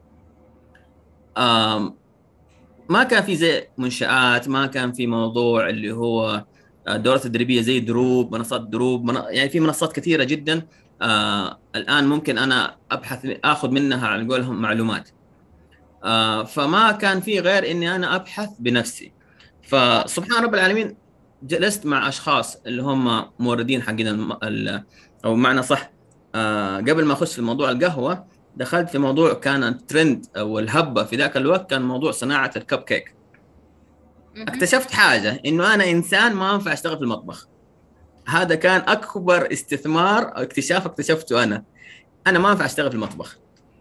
ما كان في زي منشآت، ما كان في موضوع اللي هو دورات تدريبية زي دروب، منصات دروب، يعني في منصات كثيرة جدا الآن ممكن أنا أبحث أخذ منها على قولهم معلومات. فما كان في غير إني أنا أبحث بنفسي. فسبحان رب العالمين جلست مع أشخاص اللي هم موردين حقين أو معنى صح، قبل ما أخش في موضوع القهوة دخلت في موضوع كان الترند أو الهبة في ذاك الوقت، كان موضوع صناعة الكب كيك. اكتشفت حاجة، إنه أنا إنسان ما ينفع أشتغل في المطبخ. هذا كان أكبر استثمار أو اكتشاف اكتشفته أنا ما ينفع أشتغل في المطبخ.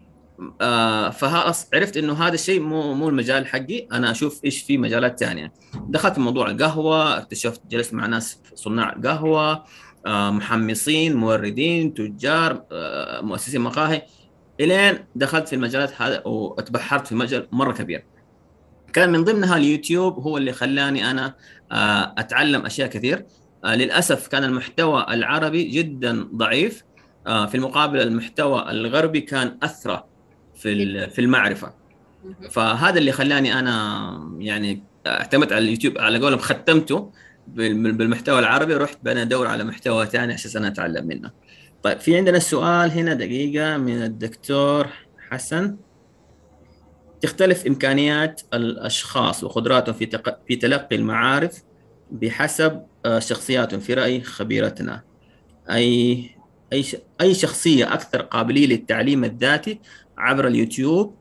فخلاص عرفت إنه هذا الشيء مو المجال حقي، أنا أشوف إيش في مجالات تانية. دخلت في موضوع القهوة، اكتشفت، جلست مع ناس صناع قهوة، محمصين، موردين، تجار، مؤسسين مقاهي، إلين دخلت في المجالات هذا واتبحرت في مجال مرة كبير. كان من ضمنها اليوتيوب، هو اللي خلاني أنا أتعلم أشياء كثير. للأسف كان المحتوى العربي جدا ضعيف، في المقابل المحتوى الغربي كان أثرى في المعرفة. فهذا اللي خلاني أنا يعني اعتمدت على اليوتيوب، على قولهم ختمته بالمحتوى العربي، ورحت بنا أدور على محتوى ثاني عشان أنا أتعلم منه. طيب، في عندنا السؤال هنا دقيقة من الدكتور حسن: تختلف إمكانيات الأشخاص وقدراتهم في تلقي المعارف بحسب شخصياتهم، في رأي خبيرتنا. أي أي شخصية أكثر قابلية للتعليم الذاتي عبر اليوتيوب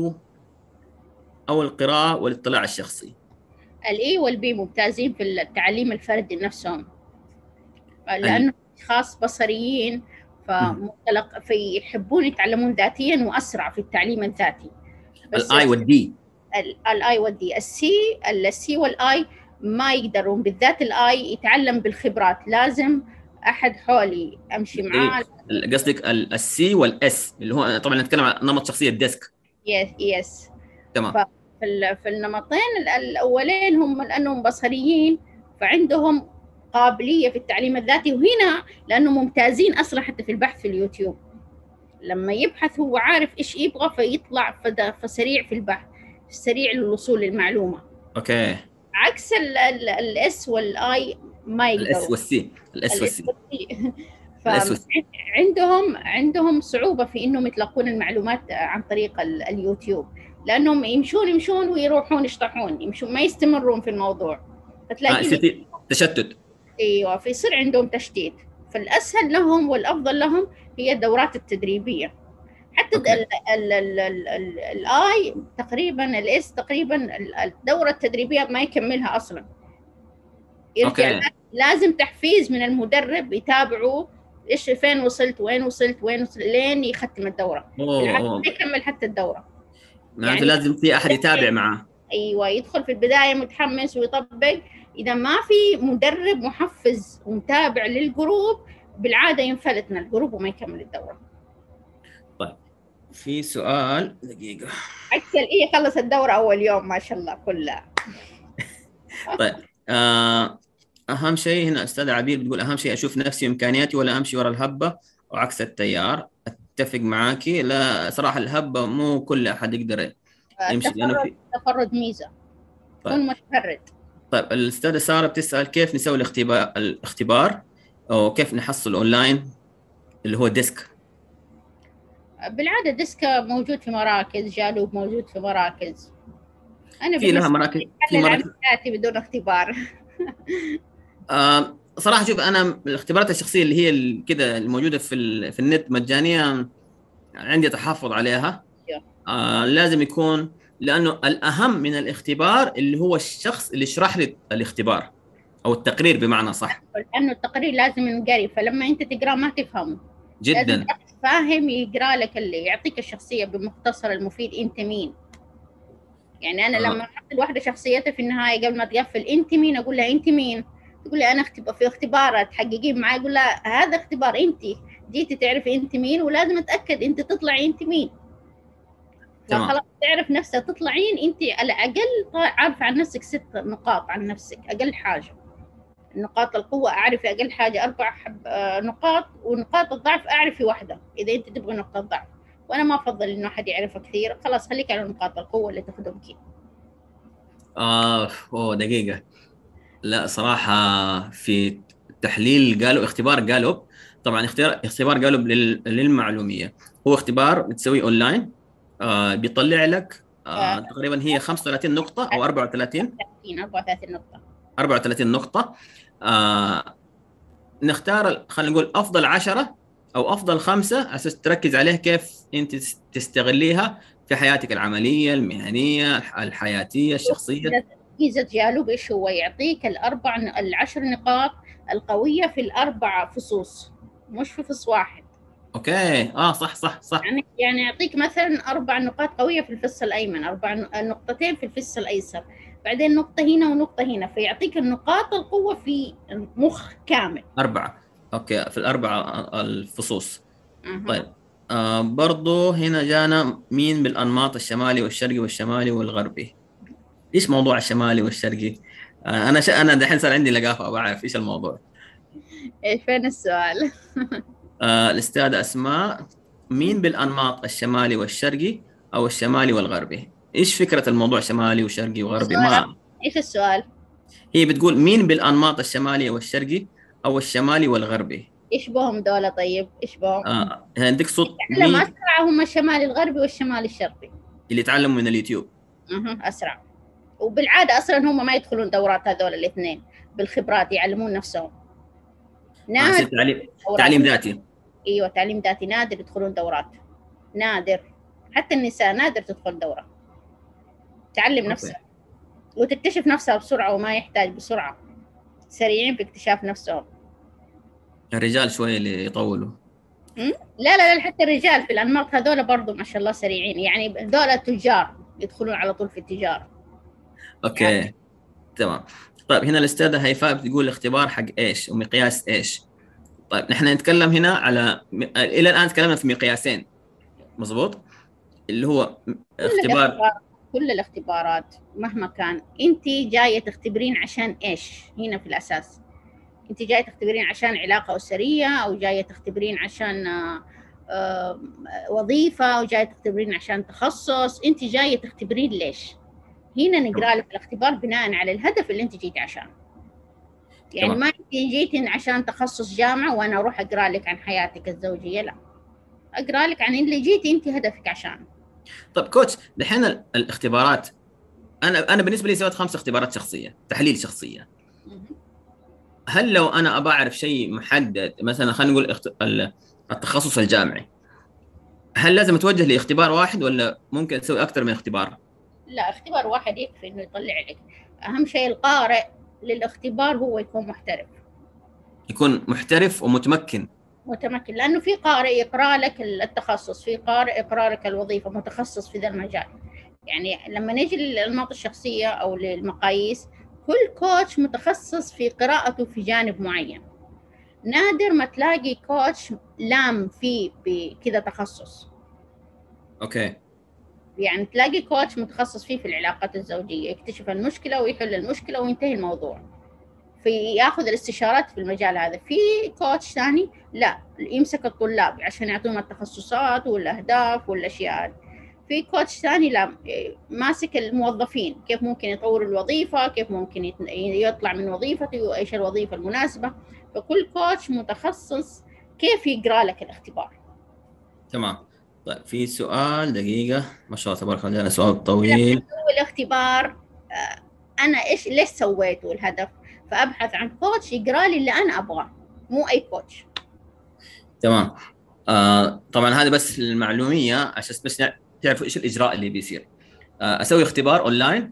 أو القراءة والاطلاع الشخصي؟ الاي والبي ممتازين في التعليم الفردي نفسهم، ال لانه اشخاص بصريين، فيحبون يتعلمون ذاتيا واسرع في التعليم الذاتي. بس الآي والدي. الاي والدي، السي والاي ما يقدرون، بالذات الاي يتعلم بالخبرات، لازم احد حولي امشي معاه. قصدك السي والاس، اللي هو طبعا نتكلم عن نمط شخصية ديسك. يس. تمام. في النمطين الاولين هم لانهم بصريين فعندهم قابليه في التعليم الذاتي، وهنا لانه ممتازين اصلا حتى في البحث في اليوتيوب، لما يبحث هو عارف ايش يبغى فيطلع فسريع في البحث، سريع للوصول للمعلومه. اوكي. عكس الاس والاي ما الاس يقدروا. والسي. الاس والسي. الاس والسي. فعندهم صعوبة في انهم يتلقون المعلومات عن طريق اليوتيوب، لانهم يمشون ويروحون يشطحون، يمشون ما يستمرون في الموضوع، فتلاقيهم تشتت. ايوه، فيصير عندهم تشتيت. فالاسهل لهم والافضل لهم هي الدورات التدريبيه. حتى الاي تقريبا، الاس تقريبا الدوره التدريبيه ما يكملها اصلا، يرجع لازم تحفيز من المدرب، يتابعوا ايش، فين وصلت، وين وصلت لين يختم الدوره، ما يكمل حتى الدوره. يعني لازم في احد يتابع معاه. ايوه، يدخل في البدايه متحمس ويطبق، إذا ما في مدرب محفز ومتابع للجروب بالعادة ينفلت من الجروب وما يكمل الدورة. طيب في سؤال دقيقة. عكس خلص الدورة أول يوم ما شاء الله كلها. طيب أهم شيء هنا أستاذ عبير بتقول أهم شيء أشوف نفسي وإمكانياتي ولا أمشي ورا الهبة وعكس التيار. أتفق معاكي، لا صراحة الهبة مو كل أحد يقدر يمشي لأنه في التفرد ميزة. طيب. كن متفرد. طيب الأستاذة سارة بتسأل كيف نسوي الاختبار أو كيف نحصل أونلاين اللي هو ديسك. بالعادة ديسك موجود في مراكز، جالوب موجود في مراكز. أنا في لها مراكز، في مراكز بدون اختبار. صراحة شوف أنا الاختبارات الشخصية اللي هي كده الموجودة في النت مجانية عندي تحفظ عليها. لازم يكون، لأنه الأهم من الاختبار اللي هو الشخص اللي يشرح لي الاختبار أو التقرير بمعنى صح. لأنه التقرير لازم ينقري، فلما أنت تقرأ ما تفهمه. جدا. لازم فاهم يقرأ لك اللي يعطيك الشخصية بمختصر المفيد. أنت مين؟ يعني أنا لما أحط الواحدة شخصيتها في النهاية قبل ما تقفل أنت مين، أقول لها أنت مين؟ تقول لي أنا في اختبار تحققين معي. أقول لها هذا اختبار، أنت جيتي تعرفي أنت مين ولازم أتأكد أنت تطلعي أنت مين. فخلاص تعرف نفسها تطلعين أنت على الأقل عارفة عن نفسك 6 نقاط عن نفسك أقل حاجة. نقاط القوة أعرفي أقل حاجة 4 نقاط، ونقاط الضعف أعرفي واحدة إذا أنت تبغي نقطة ضعف. وأنا ما أفضل إنه أحد يعرفها كثير، خلاص خليك على نقاط القوة اللي تخدمك. دقيقة. لا صراحة في تحليل قالوا اختبار جالوب، طبعا اختبار جالوب للمعلومية، هو اختبار بتسويه اونلاين. بيطلع لك تقريبا هي 35 نقطة او 34 نقطة 34 نقطة. نختار خلينا نقول افضل 10 او افضل 5 اساس تركز عليه كيف انت تستغليها في حياتك العملية المهنية الحياتية الشخصية. ميزة جالوب ايش هو؟ يعطيك 10 نقاط القوية في ال4 فصوص، مش في فص واحد. اوكي صح. يعني يعطيك مثلا 4 نقاط قوية في الفص الأيمن، 4 نقطتين في الفص الأيسر، بعدين نقطة هنا ونقطة هنا، فيعطيك النقاط القوة في مخ كامل 4. اوكي في ال4 الفصوص. طيب برضو هنا جانا مين بالأنماط الشمالي والشرقي والشمالي والغربي. ايش موضوع الشمالي والشرقي؟ انا دحين صار عندي لقافة بعرف ايش الموضوع. فين السؤال؟ الأستاذة أسماء مين بالأنماط الشمالي والشرقي أو الشمالي والغربي؟ إيش فكرة الموضوع شمالي وشرقي وغربي؟ ما إيش السؤال؟ هي بتقول مين بالأنماط الشمالي والشرقي أو الشمالي والغربي؟ إيش بهم دولة؟ طيب إيش بهم؟ عندك صوت مين أسرع؟ هم الشمالي الغربي والشمالي الشرقي اللي يتعلموا من اليوتيوب. أسرع، وبالعادة أصلا هم ما يدخلون دورات هذول الاثنين، بالخبرات يعلمون نفسهم. تعليم ذاتي. ايوه تعليم ذاتي، نادر يدخلون دورات، نادر. حتى النساء نادر تدخل دورة تعلم نفسها وتكتشف نفسها بسرعة وما يحتاج بسرعة، سريعين في اكتشاف نفسهم. الرجال شوية اللي يطولوا. لا حتى الرجال في الأنماط هذول برضو ما شاء الله سريعين، يعني دول تجار يدخلون على طول في التجارة. اوكي يعني. تمام. طيب هنا الأستاذة هيفاء بتقول الاختبار حق ايش ومقياس ايش؟ طيب نحن نتكلم هنا على الى الان تكلمنا في مقياسين مظبوط، اللي هو كل الاختبارات مهما كان انت جايه تختبرين عشان ايش. هنا في الاساس انت جايه تختبرين عشان علاقه اسريه، او جايه تختبرين عشان وظيفه، او جايه تختبرين عشان تخصص. انت جايه تختبرين ليش. هنا نقرا لك الاختبار بناء على الهدف اللي انت جيتي عشانه. يعني ما جيتي عشان تخصص جامعة وأنا أروح أقرأ لك عن حياتك الزوجية، لا، أقرأ لك عن اللي جيتي أنت هدفك عشانه. طب كوتش دحين الاختبارات، أنا بالنسبة لي سويت 5 اختبارات شخصية، تحليل شخصية. هل لو أنا أبغى أعرف شيء محدد، مثلا خلينا نقول التخصص الجامعي، هل لازم أتوجه لاختبار واحد ولا ممكن أسوي أكثر من اختبار؟ لا، اختبار واحد يكفي إنه يطلع لك. أهم شيء القارئ للاختبار هو يكون محترف ومتمكن. لأنه في قارئ يقرأ لك التخصص، في قارئ يقرأ لك الوظيفة، متخصص في ذا المجال. يعني لما نيجي للأنماط الشخصية أو للمقاييس، كل كوتش متخصص في قراءته في جانب معين. نادر ما تلاقي كوتش لام فيه بكذا تخصص. اوكي. يعني تلاقي كوتش متخصص فيه في العلاقات الزوجية، يكتشف المشكلة ويحل المشكلة وينتهي الموضوع، ياخذ الاستشارات في المجال هذا. في كوتش ثاني لا، يمسك الطلاب عشان يعطوهم التخصصات والأهداف والأشياء. في كوتش ثاني لا، ماسك الموظفين، كيف ممكن يطور الوظيفة، كيف ممكن يطلع من وظيفته وإيش الوظيفة المناسبة. فكل كوتش متخصص كيف يقرأ لك الاختبار. تمام. طيب في سؤال دقيقة، ما شاء الله تبارك الله، جانا سؤال طويل. الاختبار أنا ليش سويته الهدف، فأبحث عن كوتش يقرأ لي اللي أنا أبغاه، مو أي كوتش. تمام. طبعا هذا بس المعلومية عشان بس تعرفوا ايش الإجراء اللي بيصير. أسوي اختبار أونلاين،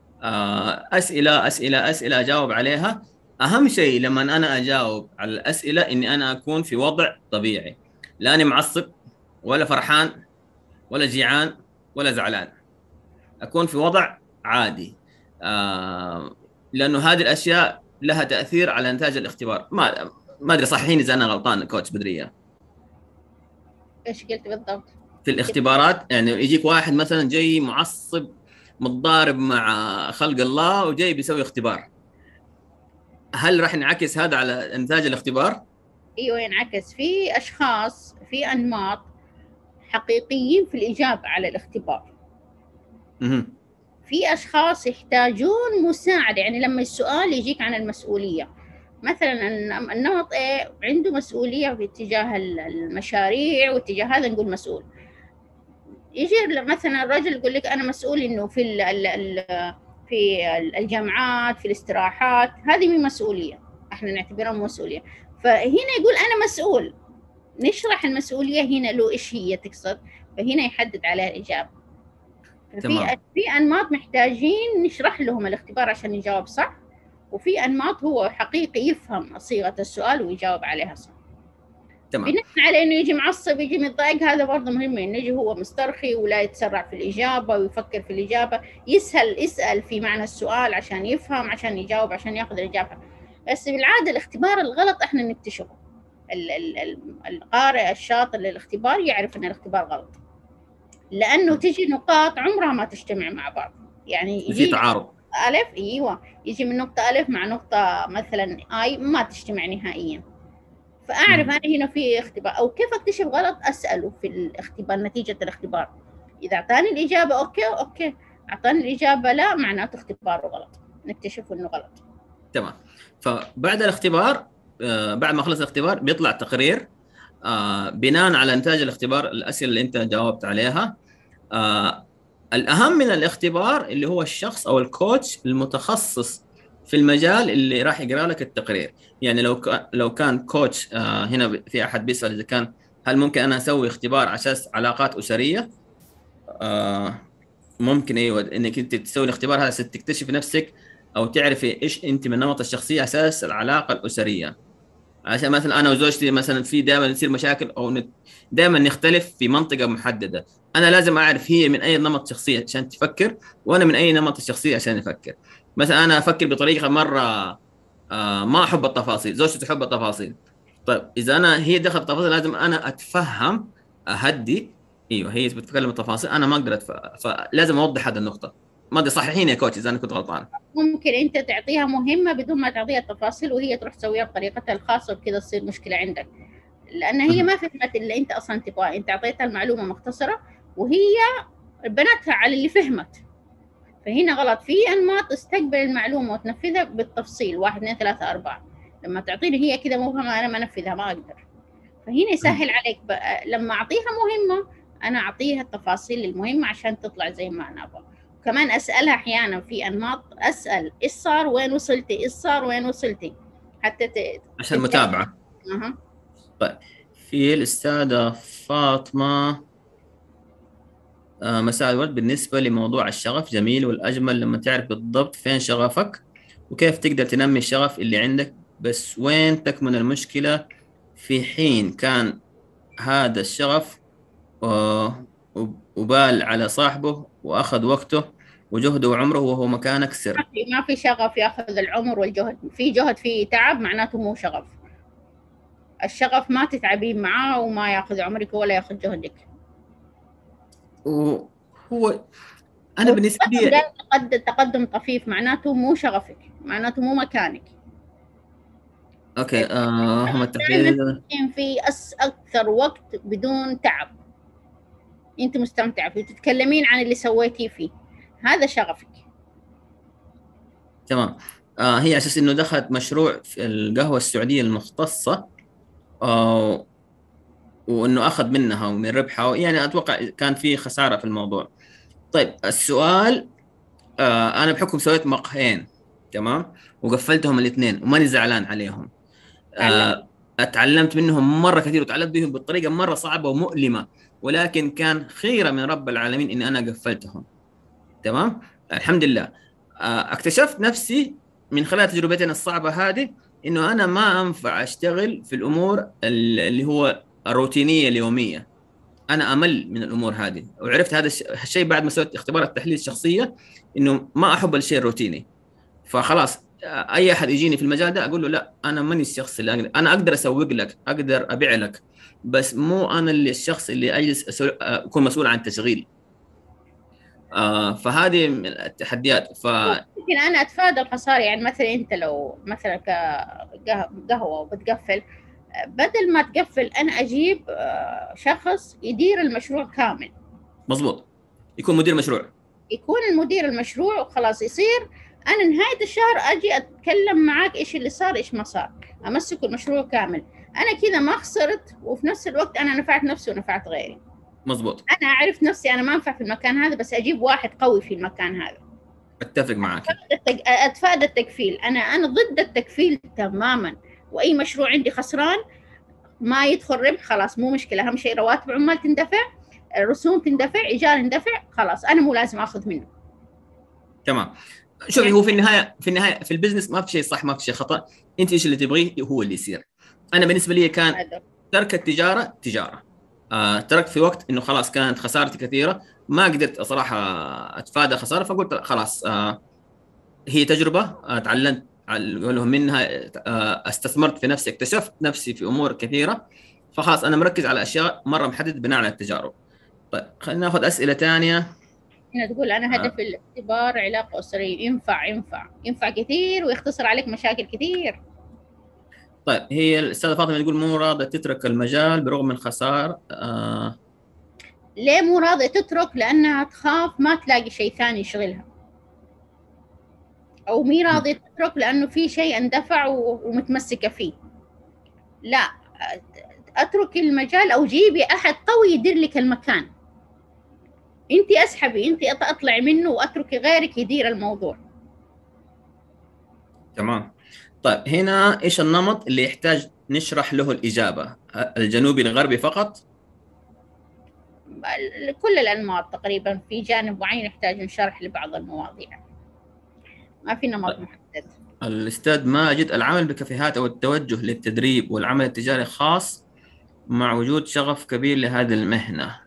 أسئلة أجاوب عليها. أهم شيء لما أنا أجاوب على الأسئلة إني أنا أكون في وضع طبيعي، لا أنا معصب ولا فرحان ولا جيعان ولا زعلان، أكون في وضع عادي. لأنه هذه الأشياء لها تأثير على نتائج الاختبار. ما أدري، صحيحين إذا أنا غلطان كوتش بدرية. إيش قلت بالضبط؟ في الاختبارات يعني يجيك واحد مثلا جاي معصب متضارب مع خلق الله وجاي بيسوي اختبار، هل راح ينعكس هذا على نتائج الاختبار؟ ايوه ينعكس. في اشخاص في انماط حقيقيين في الاجابه على الاختبار. في اشخاص يحتاجون مساعده، يعني لما السؤال يجيك عن المسؤوليه مثلا، النمط ايه عنده مسؤوليه في اتجاه المشاريع واتجاه هذا نقول مسؤول. يجي مثلا الرجل يقول لك انا مسؤول انه في الجامعات في الاستراحات، هذه من مسؤوليه، احنا نعتبرها مسؤوليه. فهنا يقول انا مسؤول، نشرح المسؤوليه هنا له ايش هي تقصد، فهنا يحدد عليها الاجابه. في انماط محتاجين نشرح لهم الاختبار عشان يجاوب صح، وفي انماط هو حقيقي يفهم صيغه السؤال ويجاوب عليها صح. تمام. بناء على انه يجي معصب يجي متضايق، هذا برضه مهم انه يجي هو مسترخي ولا يتسرع في الاجابه ويفكر في الاجابه، يسال في معنى السؤال عشان يفهم، عشان يجاوب، عشان ياخذ الاجابه. بس بالعاده الاختبار الغلط احنا نكتشفه. القارئ الشاطر للاختبار يعرف ان الاختبار غلط، لانه تجي نقاط عمرها ما تجتمع مع بعض. يعني في تعارض الف، ايوه، يجي من نقطه الف مع نقطه مثلا اي ما تجتمع نهائيا. فأعرف أنا هنا في اختبار، أو كيف أكتشف غلط أسأله في الاختبار نتيجة الاختبار. إذا أعطاني الإجابة أوكي، أعطاني الإجابة لا، معناته اختباره غلط، نكتشف إنه غلط. تمام. فبعد الاختبار، بعد ما خلص الاختبار بيطلع تقرير بناء على نتائج الاختبار، الأسئلة اللي أنت جاوبت عليها. الأهم من الاختبار اللي هو الشخص أو الكوتش المتخصص في المجال اللي راح يقرأ لك التقرير. يعني لو كان كوتش، هنا في أحد بيسأل إذا كان هل ممكن أنا أسوي اختبار على أساس علاقات أسرية؟ ممكن، أيوة، إنك أنت تسوي الاختبار هذا تكتشف نفسك أو تعرفي إيش أنت من نمط الشخصية أساس العلاقة الأسرية. عشان مثلا انا وزوجتي مثلا في دائما نصير مشاكل او دائما نختلف في منطقه محدده، انا لازم اعرف هي من اي نمط شخصيه عشان تفكر، وانا من اي نمط الشخصيه عشان افكر. مثلا انا افكر بطريقه مره ما احب التفاصيل، زوجتي تحب التفاصيل. طيب اذا هي دخلت التفاصيل لازم انا اتفهم، اهدي. ايوه هي بتتكلم التفاصيل انا ما اقدر فلازم اوضح هذه النقطه. ما ادري صحيحين يا كوتش اذا انا كنت غلطان. ممكن انت تعطيها مهمه بدون ما تعطيها التفاصيل وهي تروح تسويها بطريقتها الخاصه، وبكذا تصير مشكله عندك، لان هي ما فهمت اللي انت اصلا تبغاه. انت اعطيتها المعلومه مختصره وهي بنتها على اللي فهمت، فهنا غلط. في انماط تستقبل المعلومه وتنفذها بالتفصيل 1 2 3 4. لما تعطيني هي كذا مبهمه انا ما انفذها، ما اقدر. فهنا يسهل عليك لما اعطيها مهمه انا اعطيها التفاصيل المهمه عشان تطلع زي ما انا ابغى. كمان اسالها احيانا في انماط، اسال ايش صار وين وصلتي، ايش صار وين وصلتي، حتى عشان متابعه. طيب في الاستاذه فاطمه، مساء الورد. بالنسبه لموضوع الشغف جميل، والاجمل لما تعرف بالضبط فين شغفك وكيف تقدر تنمي الشغف اللي عندك، بس وين تكمن المشكله في حين كان هذا الشغف وبال على صاحبه وأخذ وقته وجهده وعمره وهو مكانك سر. ما في شغف ياخذ العمر والجهد، في جهد في تعب معناته مو شغف. الشغف ما تتعبين معاه وما ياخذ عمرك ولا ياخذ جهدك. وهو انا بالنسبه لي تقدم طفيف معناته مو شغفك، معناته مو مكانك. اوكي هم دائما التحليل في اكثر وقت بدون تعب، انت مستمتعه فيه، تتكلمين عن اللي سويتيه فيه، هذا شغفك. تمام. هي اساس انه دخلت مشروع في القهوه السعوديه المختصه، وانه اخذ منها ومن ربحها، يعني اتوقع كان في خساره في الموضوع. طيب السؤال، انا بحكم سويت مقهين تمام وقفلتهم الاثنين وماني زعلان عليهم. اتعلمت منهم مره كثير وتعلمت بهم بطريقه مره صعبه ومؤلمه، ولكن كان خيره من رب العالمين اني انا قفلتهم. تمام، الحمد لله. اكتشفت نفسي من خلال تجربتنا الصعبه هذه انه انا ما انفع اشتغل في الامور اللي هو الروتينيه اليوميه. انا امل من الامور هذه، وعرفت هذا الشيء بعد ما سويت اختبار التحليل الشخصيه، انه ما احب الشيء الروتيني. فخلاص اي احد يجيني في المجال ده اقول له لا، انا ماني الشخص اللي انا اقدر اسوق لك، اقدر ابيع لك، بس مو انا اللي الشخص اللي اجلس اكون مسؤول عن تشغيل. فهذه من التحديات. ممكن انا اتفادى الخساره، يعني مثلا انت لو مثلا قهوه وبتقفل، بدل ما تقفل انا اجيب شخص يدير المشروع كامل. مظبوط، يكون مدير مشروع، يكون المدير المشروع وخلاص، يصير انا نهايه الشهر اجي اتكلم معاك ايش اللي صار ايش ما صار، امسك المشروع كامل. انا كذا ما خسرت، وفي نفس الوقت انا نفعت نفسي ونفعت غيري. مظبوط. انا عرفت نفسي انا ما انفع في المكان هذا، بس اجيب واحد قوي في المكان هذا. اتفق معك. اتفادى التكفيل. انا ضد التكفيل تماما، واي مشروع عندي خسران ما يدخل ربح خلاص مو مشكله، اهم شيء رواتب عمال تندفع، الرسوم تندفع، ايجار يندفع، خلاص انا مو لازم اخذ منه. تمام. شوفي يعني هو في النهايه في البزنس ما في شيء صح ما في شيء خطا، انت ايش اللي تبغيه هو اللي يصير. انا بالنسبه لي كان ترك التجاره تجاره. تركت في وقت انه خلاص كانت خسارتي كثيره، ما قدرت صراحه اتفادى خساره، فقلت خلاص هي تجربه تعلمت لهم منها، استثمرت في نفسي، اكتشفت نفسي في امور كثيره، فخلاص انا مركز على اشياء مره محدد بناء على التجارب. طيب خلينا ناخذ اسئله ثانيه. هنا تقول انا هدف الاختبار علاقه اسريه، ينفع كثير ويختصر عليك مشاكل كثير. طيب هي الاستاذه فاطمه تقول مو راضيه تترك المجال برغم من خساره. ليه مو راضيه تترك؟ لانها تخاف ما تلاقي شيء ثاني يشغلها، او مي راضيه تترك لانه في شيء اندفع ومتمسكه فيه. لا، اترك المجال او جيبي احد قوي يدير لك المكان، انت اسحبي، انت اطلعي منه واتركي غيرك يدير الموضوع. تمام. طيب هنا ايش النمط اللي يحتاج نشرح له الاجابه؟ الجنوبي الغربي فقط؟ كل الانماط تقريبا، في جانب معين يحتاج نشرح لبعض المواضيع، ما في نمط محدد. الاستاذ ماجد، العمل بكافيهات او التوجه للتدريب والعمل التجاري خاص مع وجود شغف كبير لهذه المهنه.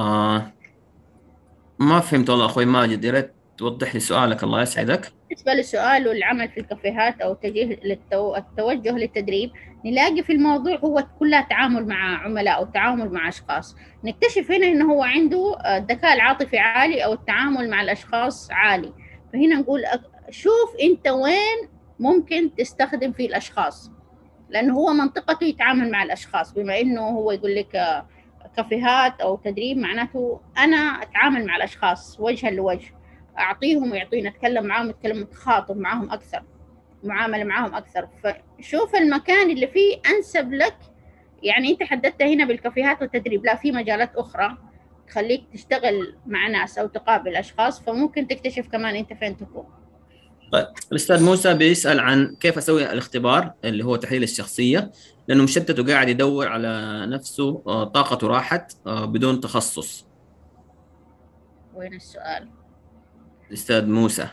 ما فهمت والله اخوي ماجد، يا ريت توضح لي سؤالك الله يسعدك. بالنسبه لسؤاله العمل في الكافيهات او التوجه للتدريب، نلاقي في الموضوع هو كلها تعامل مع عملاء او تعامل مع اشخاص، نكتشف هنا انه هو عنده الذكاء العاطفي عالي او التعامل مع الاشخاص عالي. فهنا نقول شوف انت وين ممكن تستخدم فيه الاشخاص، لانه هو منطقته يتعامل مع الاشخاص. بما انه هو يقول لك كافيهات او تدريب، معناته انا اتعامل مع الاشخاص وجها لوجه، اعطيهم ويعطيني، اتكلم معاهم، اتخاطب معاهم اكثر، معامله معاهم اكثر. فشوف المكان اللي فيه انسب لك. يعني انت حددتها هنا بالكافيهات والتدريب، لا في مجالات اخرى تخليك تشتغل مع ناس او تقابل اشخاص، فممكن تكتشف كمان انت فين تكون. طيب الاستاذ موسى بيسال عن كيف اسوي الاختبار اللي هو تحليل الشخصيه، لانه مشتت وقاعد يدور على نفسه، طاقته راحت بدون تخصص. وين السؤال؟ الاستاذ موسى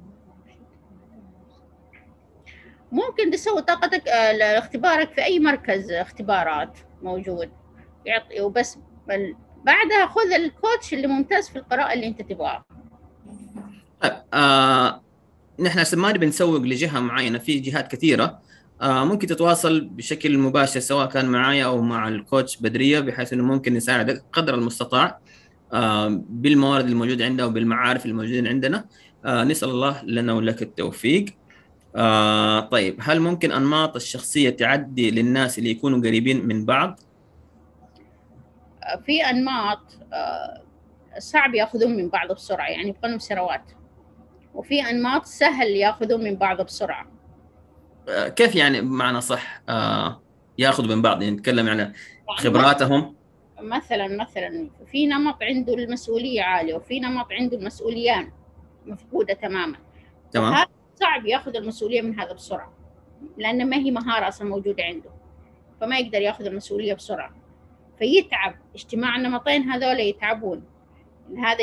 ممكن تسوي طاقتك اختبارك في اي مركز اختبارات موجود يعطي، وبس بعدها خذ الكوتش اللي ممتاز في القراءة اللي انت تبغاها. طيب نحن هسه ما نبي نسوق لجهة معينة، في جهات كثيرة ممكن تتواصل بشكل مباشر سواء كان معايا أو مع الكوتش بدرية، بحيث إنه ممكن نساعدك قدر المستطاع بالموارد الموجودة عندنا وبالمعارف الموجودة عندنا. نسأل الله لنا ولك التوفيق. طيب، هل ممكن أنماط الشخصية تعدي للناس اللي يكونوا قريبين من بعض؟ في أنماط صعب ياخذون من بعض بسرعة، يعني يبقون سنوات، وفي أنماط سهل ياخذون من بعض بسرعة. كيف يعني بمعنى صح ياخذوا من بعض؟ يعني نتكلم عن يعني خبراتهم. مثلا في نمط عنده المسؤولية عالية، وفي نمط عنده المسؤوليان مفقودة تماما، تمام. وهذا صعب ياخذ المسؤولية من هذا بسرعة، لأن ما هي مهارة أصلا موجودة عنده، فما يقدر ياخذ المسؤولية بسرعة، فيتعب. اجتماع النمطين هذول يتعبون. هذا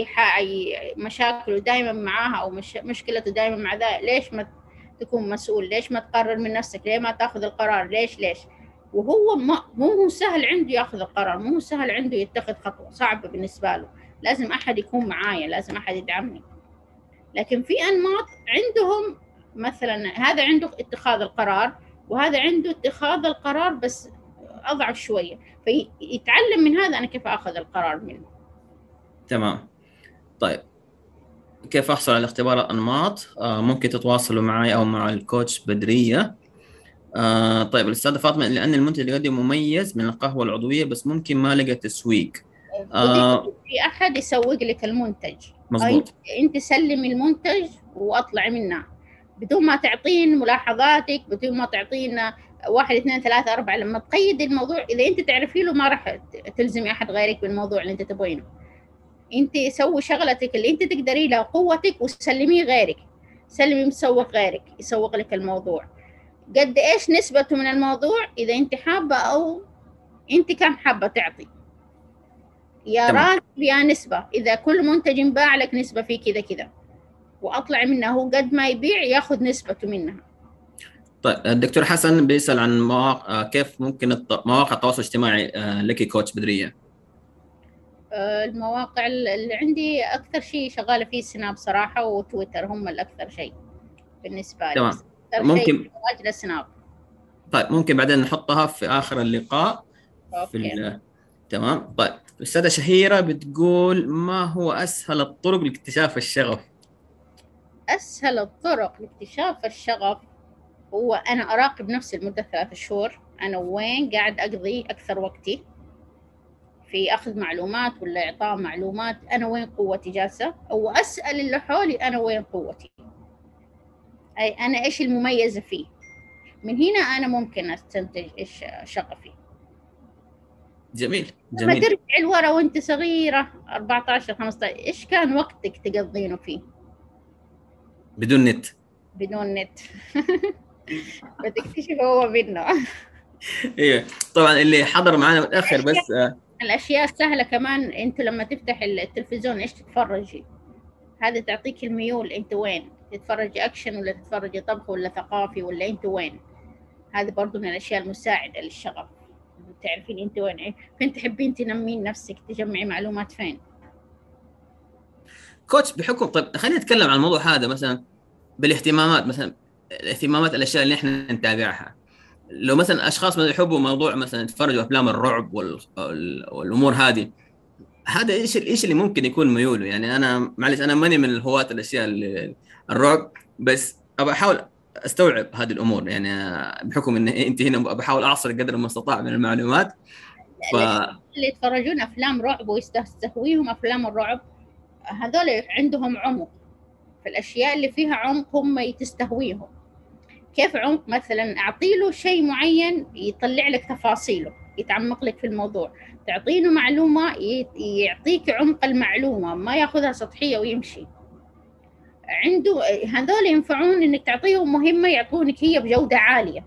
مشاكله دائما معاها، أو مشكلته دائما مع ذا. ليش ما تكون مسؤول؟ ليش ما تقرر من نفسك؟ ليه ما تاخذ القرار؟ ليش؟ وهو مو سهل عنده ياخذ القرار، مو سهل عنده يتخذ خطوة، صعبة بالنسبة له. لازم أحد يكون معايا، لازم أحد يدعمني. لكن في أنماط عندهم مثلا هذا عنده اتخاذ القرار، وهذا عنده اتخاذ القرار بس أضعف شوية، فيتعلم من هذا أنا كيف أخذ القرار منه. تمام. طيب، كيف أحصل على اختبار الأنماط؟ ممكن تتواصلوا معي أو مع الكوتش بدرية. طيب الأستاذة فاطمة، لأن المنتج اللي قدم مميز من القهوة العضوية بس ممكن ما لقى تسويق. في أحد يسوق لك المنتج. مظبوط. أنت سلمي المنتج واطلعي منه بدون ما تعطين ملاحظاتك، بدون ما تعطينا 1 2 3 4. لما تقيد الموضوع، إذا أنت تعرفي له ما راح تلزمي أحد غيرك بالموضوع اللي أنت تبغينه. أنت سوي شغلتك اللي أنت تقدري لها، قوتك، وسلميه غيرك. سلمي مسوق غيرك يسوق لك الموضوع. قد إيش نسبته من الموضوع إذا أنت حابة، أو أنت كم حابة تعطي، يا راتب يا نسبة. إذا كل منتج باع لك نسبة في كذا كذا، وأطلع منه، هو قد ما يبيع ياخذ نسبته منها. طيب الدكتور حسن بيسأل عن مواقع، كيف ممكن مواقع التواصل الاجتماعي لك كوتش بدرية؟ المواقع اللي عندي أكثر شيء شغالة فيه سناب صراحة، وتويتر هم الأكثر شيء بالنسبة لي. تمام. ممكن سناب. طيب ممكن بعدين نحطها في آخر اللقاء. أوكي. تمام. طيب الأستاذة شهيرة بتقول: ما هو أسهل الطرق لاكتشاف الشغف؟ أسهل الطرق لاكتشاف الشغف هو أنا أراقب نفسي لمدة 3 شهور، أنا وين قاعد أقضي أكثر وقتي في أخذ معلومات ولا إعطاء معلومات، أنا وين قوتي جالسة، أو أسأل اللي حولي أنا وين قوتي، أي أنا إيش المميزة فيه. من هنا أنا ممكن أستنتج إيش شغفي. جميل. لما ترجع لورا وأنت صغيرة 14 15، إيش كان وقتك تقضينه فيه؟ بدون نت. بدون نت. بتكتشف هو منه. ايوه طبعا اللي حضر معنا متاخر بس الاشياء السهله كمان. انت لما تفتح التلفزيون ايش تتفرجي؟ هذا تعطيك الميول، انت وين تتفرجي؟ اكشن ولا تتفرجي طبخ ولا ثقافي، ولا انت وين؟ هذا برضو من الاشياء المساعده للشغف، تعرفين انت وين، ايه فين تحبين تنمين نفسك، تجمعي معلومات فين. كوتش بحكم، طيب خلينا نتكلم عن الموضوع هذا مثلا بالاهتمامات، مثلا الاهتمامات الاشياء اللي احنا نتابعها. لو مثلا اشخاص مثلا يحبوا موضوع مثلا يتفرجوا افلام الرعب والامور هذه، هذا ايش اللي ممكن يكون ميوله؟ يعني انا معلش انا ماني من الهواة الاشياء الرعب، بس ابى احاول استوعب هذه الامور، يعني بحكم ان انت هنا بحاول اعصر قدر المستطاع من المعلومات. اللي يتفرجون افلام رعب ويستهويهم افلام الرعب، هذول عندهم عمق في الاشياء اللي فيها عمق، هم تستهويهم. كيف عمق؟ مثلا اعطي له شيء معين يطلع لك تفاصيله، يتعمق لك في الموضوع. تعطينه معلومه يعطيك عمق المعلومه، ما ياخذها سطحيه ويمشي. عنده هذول ينفعون انك تعطيهم مهمه يعطونك هي بجوده عاليه.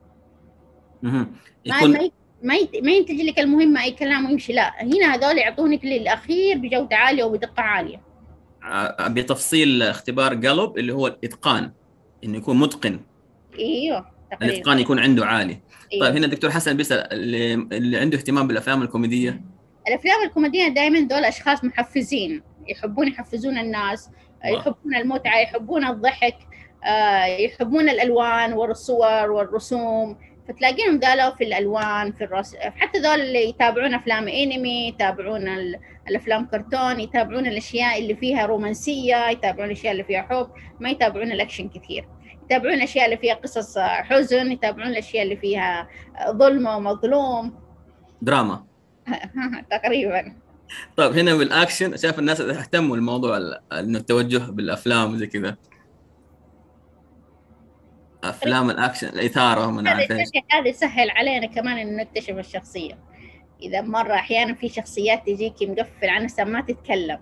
يكون ما ينتج لك المهمه اي كلام ويمشي، لا، هنا هذول يعطونك للاخير بجوده عاليه وبدقه عاليه. بتفصيل اختبار جالوب اللي هو الاتقان، انه يكون متقن. ايوه تقريبا الاتقان يكون عنده عالي. إيوه. طيب هنا الدكتور حسن بيسأل اللي عنده اهتمام بالافلام الكوميديه. الافلام الكوميديه دائما دول اشخاص محفزين، يحبون يحفزون الناس، يحبون المتعة، يحبون الضحك، يحبون الألوان والصور والرسوم. فتلاقيهم ذالوا في الألوان، في الرسم. حتى ذول اللي يتابعون أفلام إنمي، يتابعون الأفلام كرتون، يتابعون الأشياء اللي فيها رومانسية، يتابعون الأشياء اللي فيها حب، ما يتابعون الأكشن كثير. يتابعون الأشياء اللي فيها قصص حزن، يتابعون الأشياء اللي فيها ظلم ومظلوم، دراما. تقريبا. طيب هنا بالاكشن شايف الناس يهتموا الموضوع انه التوجه بالافلام وزي كذا، افلام الاكشن، الاثاره، ما نعرف ايش. هذا يسهل علينا كمان ان نكتشف الشخصيه. اذا مره احيانا في شخصيات تجيكي مقفل عنها ما تتكلم،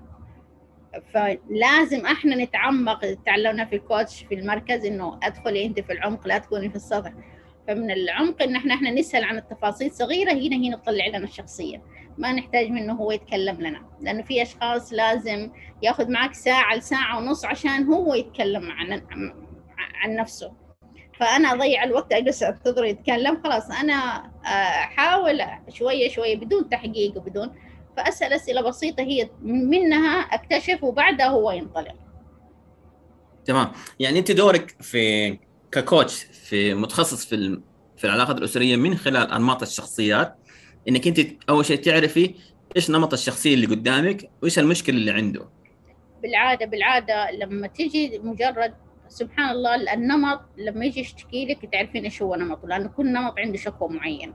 فلازم احنا نتعمق. تعلمنا في الكوتش في المركز انه ادخلي انت في العمق، لا تكوني في السطح. فمن العمق ان احنا نسال عن التفاصيل صغيره، هنا تطلع لنا الشخصيه. ما نحتاج منه هو يتكلم لنا، لانه في اشخاص لازم ياخذ معك ساعه لساعه ونص عشان هو يتكلم عن نفسه. فانا اضيع الوقت اجلس انتظر يتكلم. خلاص انا احاول شويه شويه بدون تحقيق وبدون، فاسال اسئله بسيطه هي منها اكتشف، وبعدها هو ينطلق. تمام. يعني انت دورك في ككوتش، في متخصص في العلاقات الاسريه، من خلال انماط الشخصيات، انك انت اول شيء تعرفي ايش نمط الشخصيه اللي قدامك وايش المشكله اللي عنده. بالعاده لما تيجي مجرد سبحان الله النمط، لما يجي يشتكي لك تعرفين ايش هو نمطه، لانه كل نمط عنده شكوى معين.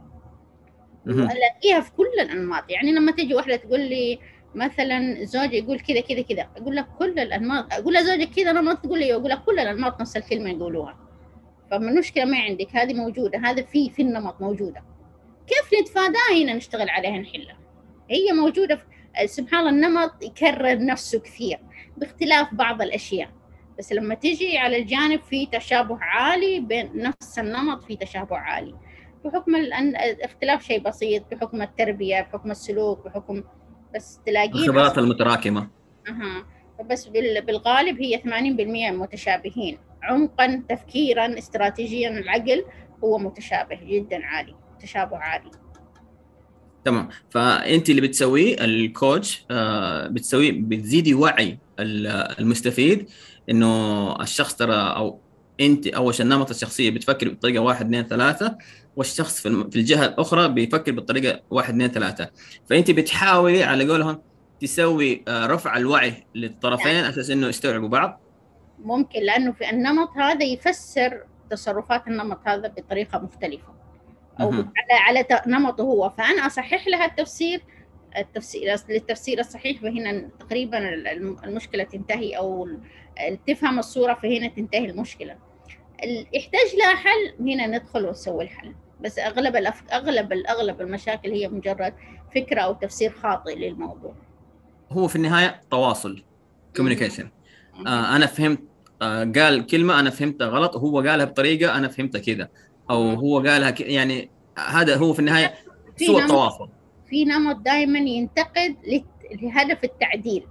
والاقيها في كل الانماط. يعني لما تيجي واحده تقول لي مثلا زوجي يقول كذا كذا كذا، اقول لك كل الانماط. اقول لها زوجك كذا نمط، تقول لي اقول لك كل الانماط نفس الكلمه يقولوها. فالمشكله ما عندك، هذه موجوده، هذا في النمط موجوده. كيف نتفاداها؟ هنا نشتغل عليها نحلها. هي موجوده سبحان الله النمط يكرر نفسه كثير باختلاف بعض الاشياء، بس لما تيجي على الجانب في تشابه عالي بين نفس النمط، في تشابه عالي بحكم الاختلاف شيء بسيط، بحكم التربية، بحكم السلوك، بحكم بس تلاقيه الخبرات المتراكمة. بس بالغالب هي 80% متشابهين عمقا، تفكيرا، استراتيجيا. العقل هو متشابه جدا عالي، تشابه عالي. تمام. فأنت اللي بتسويه الكوتش بتسويه، بتزيدي وعي المستفيد إنه الشخص ترى، أو أنت أول شيء نمط الشخصية بتفكر بطريقة 1 2 3، والشخص في الجهة الأخرى بيفكر بالطريقة 1 2 3. فأنت بتحاولي على قولهم تسوي رفع الوعي للطرفين يعني، أساس إنه يستوعبوا بعض. ممكن، لأنه في النمط هذا يفسر تصرفات النمط هذا بطريقة مختلفة، أو على نمطه هو. فأنا أصحح لها التفسير للتفسير الصحيح، فهنا تقريبا المشكلة تنتهي، أو تفهم الصورة فهنا تنتهي المشكلة. يحتاج لها حل، هنا ندخل ونسوي الحل. بس أغلب المشاكل هي مجرد فكرة أو تفسير خاطئ للموضوع. هو في النهاية تواصل، communication. أنا فهمت، قال كلمة أنا فهمتها غلط، وهو قالها بطريقة أنا فهمتها كذا، أو هو قالها يعني هذا هو في النهاية سوء التواصل. في نمط دائما ينتقد لهدف التعديل.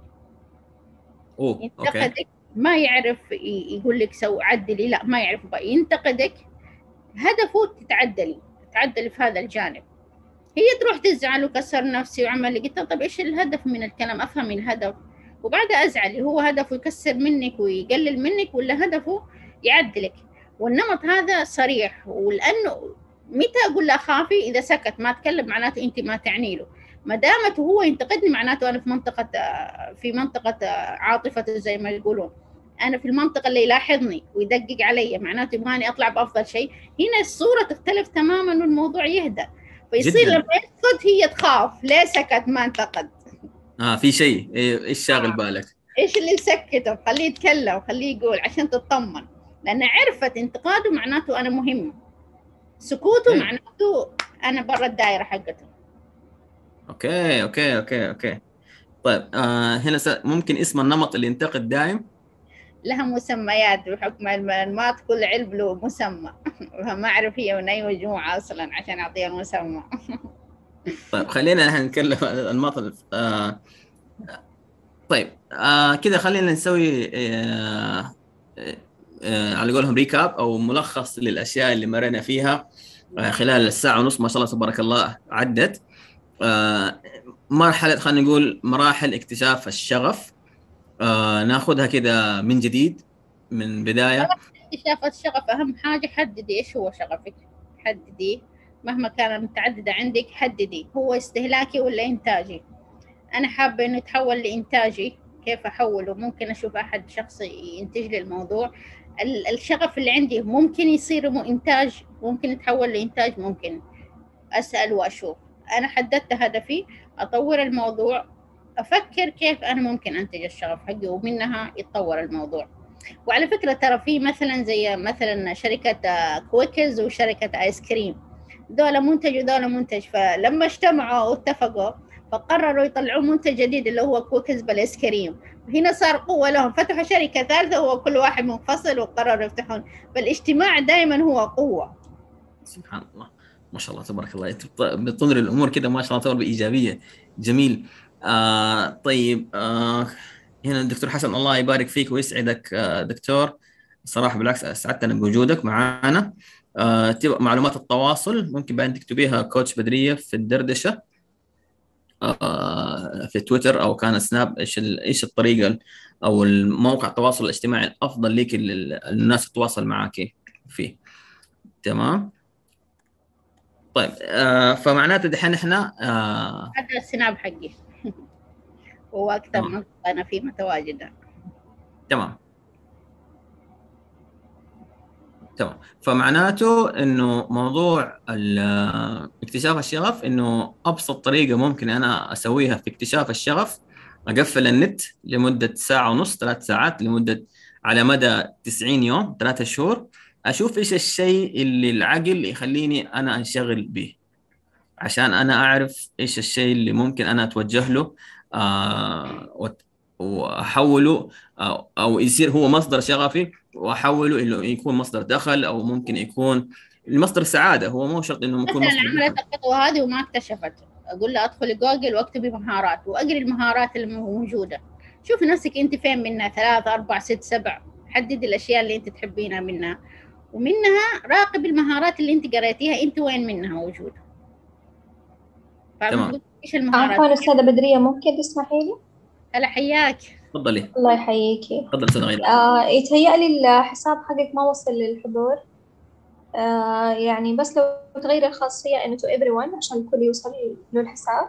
ينتقدك، ما يعرف يقول لك عدلي، لا ما يعرف، ينتقدك هدفه تعدلي في هذا الجانب. هي تروح تزعل وكسر نفسي وعمل. قلت طب ايش الهدف من الكلام؟ افهم الهدف وبعدها ازعل. هو هدفه يكسر منك ويقلل منك، ولا هدفه يعدلك؟ والنمط هذا صريح. ولانه متى اقول له خافي؟ اذا سكت ما تكلم معناته انت ما تعني له. ما دامت هو ينتقدني معناته انا في منطقه عاطفته زي ما يقولون. انا في المنطقه اللي يلاحظني ويدقق علي، معناته يبغاني اطلع بافضل شيء. هنا الصوره تختلف تماما والموضوع يهدأ. فيصير لما يسكت هي تخاف، ليه سكت ما انتقد؟ في شيء ايش شاغل بالك؟ ايش اللي مسكته؟ خليه يتكلم، خليه يقول عشان تطمن. لان عرفت انتقاده معناته انا مهم، سكوته معناته انا برا الدائره حقته. اوكي. طيب هنا ممكن اسم النمط اللي ينتقد دائم لها مسميات بحكم الانماط، كل علم له مسمى. فما اعرف هي من اي مجموعه اصلا عشان اعطيها المسمى. طيب خلينا نتكلم عن الانماط. طيب كده خلينا نسوي على قولهم ريكاب او ملخص للاشياء اللي مرينا فيها خلال الساعه ونص، ما شاء الله تبارك الله عدت. مرحله، خلينا نقول مراحل اكتشاف الشغف، ناخذها كده من جديد من بداية. اكتشاف الشغف أهم حاجة، حددي إيش هو شغفك، حددي مهما كان متعددة عندك، حددي هو استهلاكي ولا إنتاجي. أنا حابة إنه يتحول لإنتاجي، كيف أحوله؟ ممكن أشوف أحد شخص ينتج لي الموضوع. الشغف اللي عندي ممكن يصير إنتاج، ممكن يتحول لإنتاج، ممكن أسأل وأشوف. أنا حددت هدفي، أطور الموضوع، أفكر كيف أنا ممكن أنتج الشغف حقي ومنها يتطور الموضوع. وعلى فكرة ترى في مثلا زي مثلا شركة كويكز وشركة آيس كريم، دولة منتج ودولة منتج، فلما اجتمعوا واتفقوا فقرروا يطلعوا منتج جديد اللي هو كويكز بالآيس كريم، وهنا صار قوة لهم، فتحوا شركة ثالثة وكل واحد منفصل وقرروا يفتحون. فالاجتماع دائما هو قوة. سبحان الله، ما شاء الله تبارك الله، بتنظر الامور كده ما شاء الله تبارك بايجابيه. جميل. طيب، هنا الدكتور حسن، الله يبارك فيك ويسعدك دكتور. صراحه بالعكس اسعدتنا بوجودك معنا. تبقى معلومات التواصل ممكن بعدين تكتبيها كوتش بدريه في الدردشه في تويتر او كان سناب، ايش الطريقه او الموقع التواصل الاجتماعي الافضل لك الناس تتواصل معك فيه. تمام. طيب، فمعناته دحين احنا هذا السناب حقي هو أكثر تمام منطقة أنا فيه متواجدة. تمام تمام. فمعناته انه موضوع اكتشاف الشغف، انه ابسط طريقه ممكن انا اسويها في اكتشاف الشغف، اقفل النت لمده ساعه ونص 3 ساعات، لمده على مدى 90 يوم 3 شهور، اشوف ايش الشيء اللي العقل يخليني انا انشغل به، عشان انا اعرف ايش الشيء اللي ممكن انا اتوجه له، واحوله، أو يصير هو مصدر شغفي، واحوله انه يكون مصدر دخل، او ممكن يكون مصدر سعاده. هو مو شرط انه يكون مثلا مصدر عملت دخل. الخطوة هذه وما اكتشفت، أقول لها أدخلي جوجل واكتبي مهارات وأقري المهارات اللي موجودة، شوفي نفسك أنت فين منها، 3 4 6 7، حددي الأشياء اللي أنت تحبينها منها، ومنها راقبي المهارات اللي أنت قريتيها أنت وين منها موجودة. تمام. فاهمة إيش المهارات؟ عفوا أستاذة بدرية، ممكن تسمحي لي؟ هلا حياك. تفضلي. الله يحييكي. تفضل استاذ غيث. يتهيألي الحساب حقك ما وصل للحضور. يعني بس لو تغيري الخاصية إنه to everyone عشان الكل يوصل له الحساب.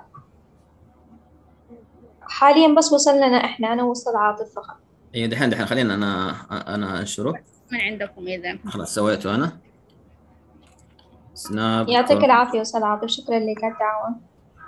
حاليا بس وصل لنا إحنا، أنا وصل عاطف فقط. اي دحين خلينا انا انشره. من عندكم إذا خلاص سويته انا. سناب يعطيك العافية أستاذ عاطف، شكرا لك على التعاون.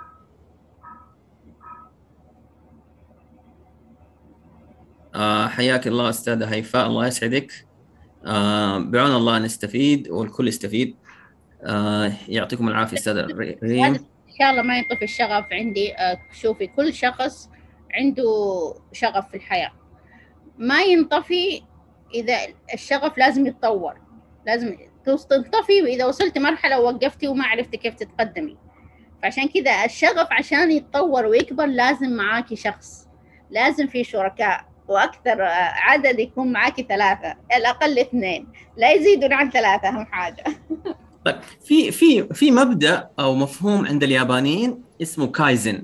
حياك الله استاذه هيفاء، الله يسعدك. بعون الله نستفيد والكل يستفيد. يعطيكم العافيه استاذ ريم. إن شاء الله ما ينطفي الشغف عندي. شوفي كل شخص عنده شغف في الحياة، ما ينطفي. إذا الشغف لازم يتطور، لازم تنطفي وإذا وصلت مرحلة ووقفتي وما عرفتي كيف تتقدمي. فعشان كذا الشغف عشان يتطور ويكبر لازم معاكي شخص، لازم في شركاء، وأكثر عدد يكون معاكي 3، الأقل 2، لا يزيدون عن 3 أهم حاجة. طيب، في مبدأ أو مفهوم عند اليابانيين اسمه كايزن.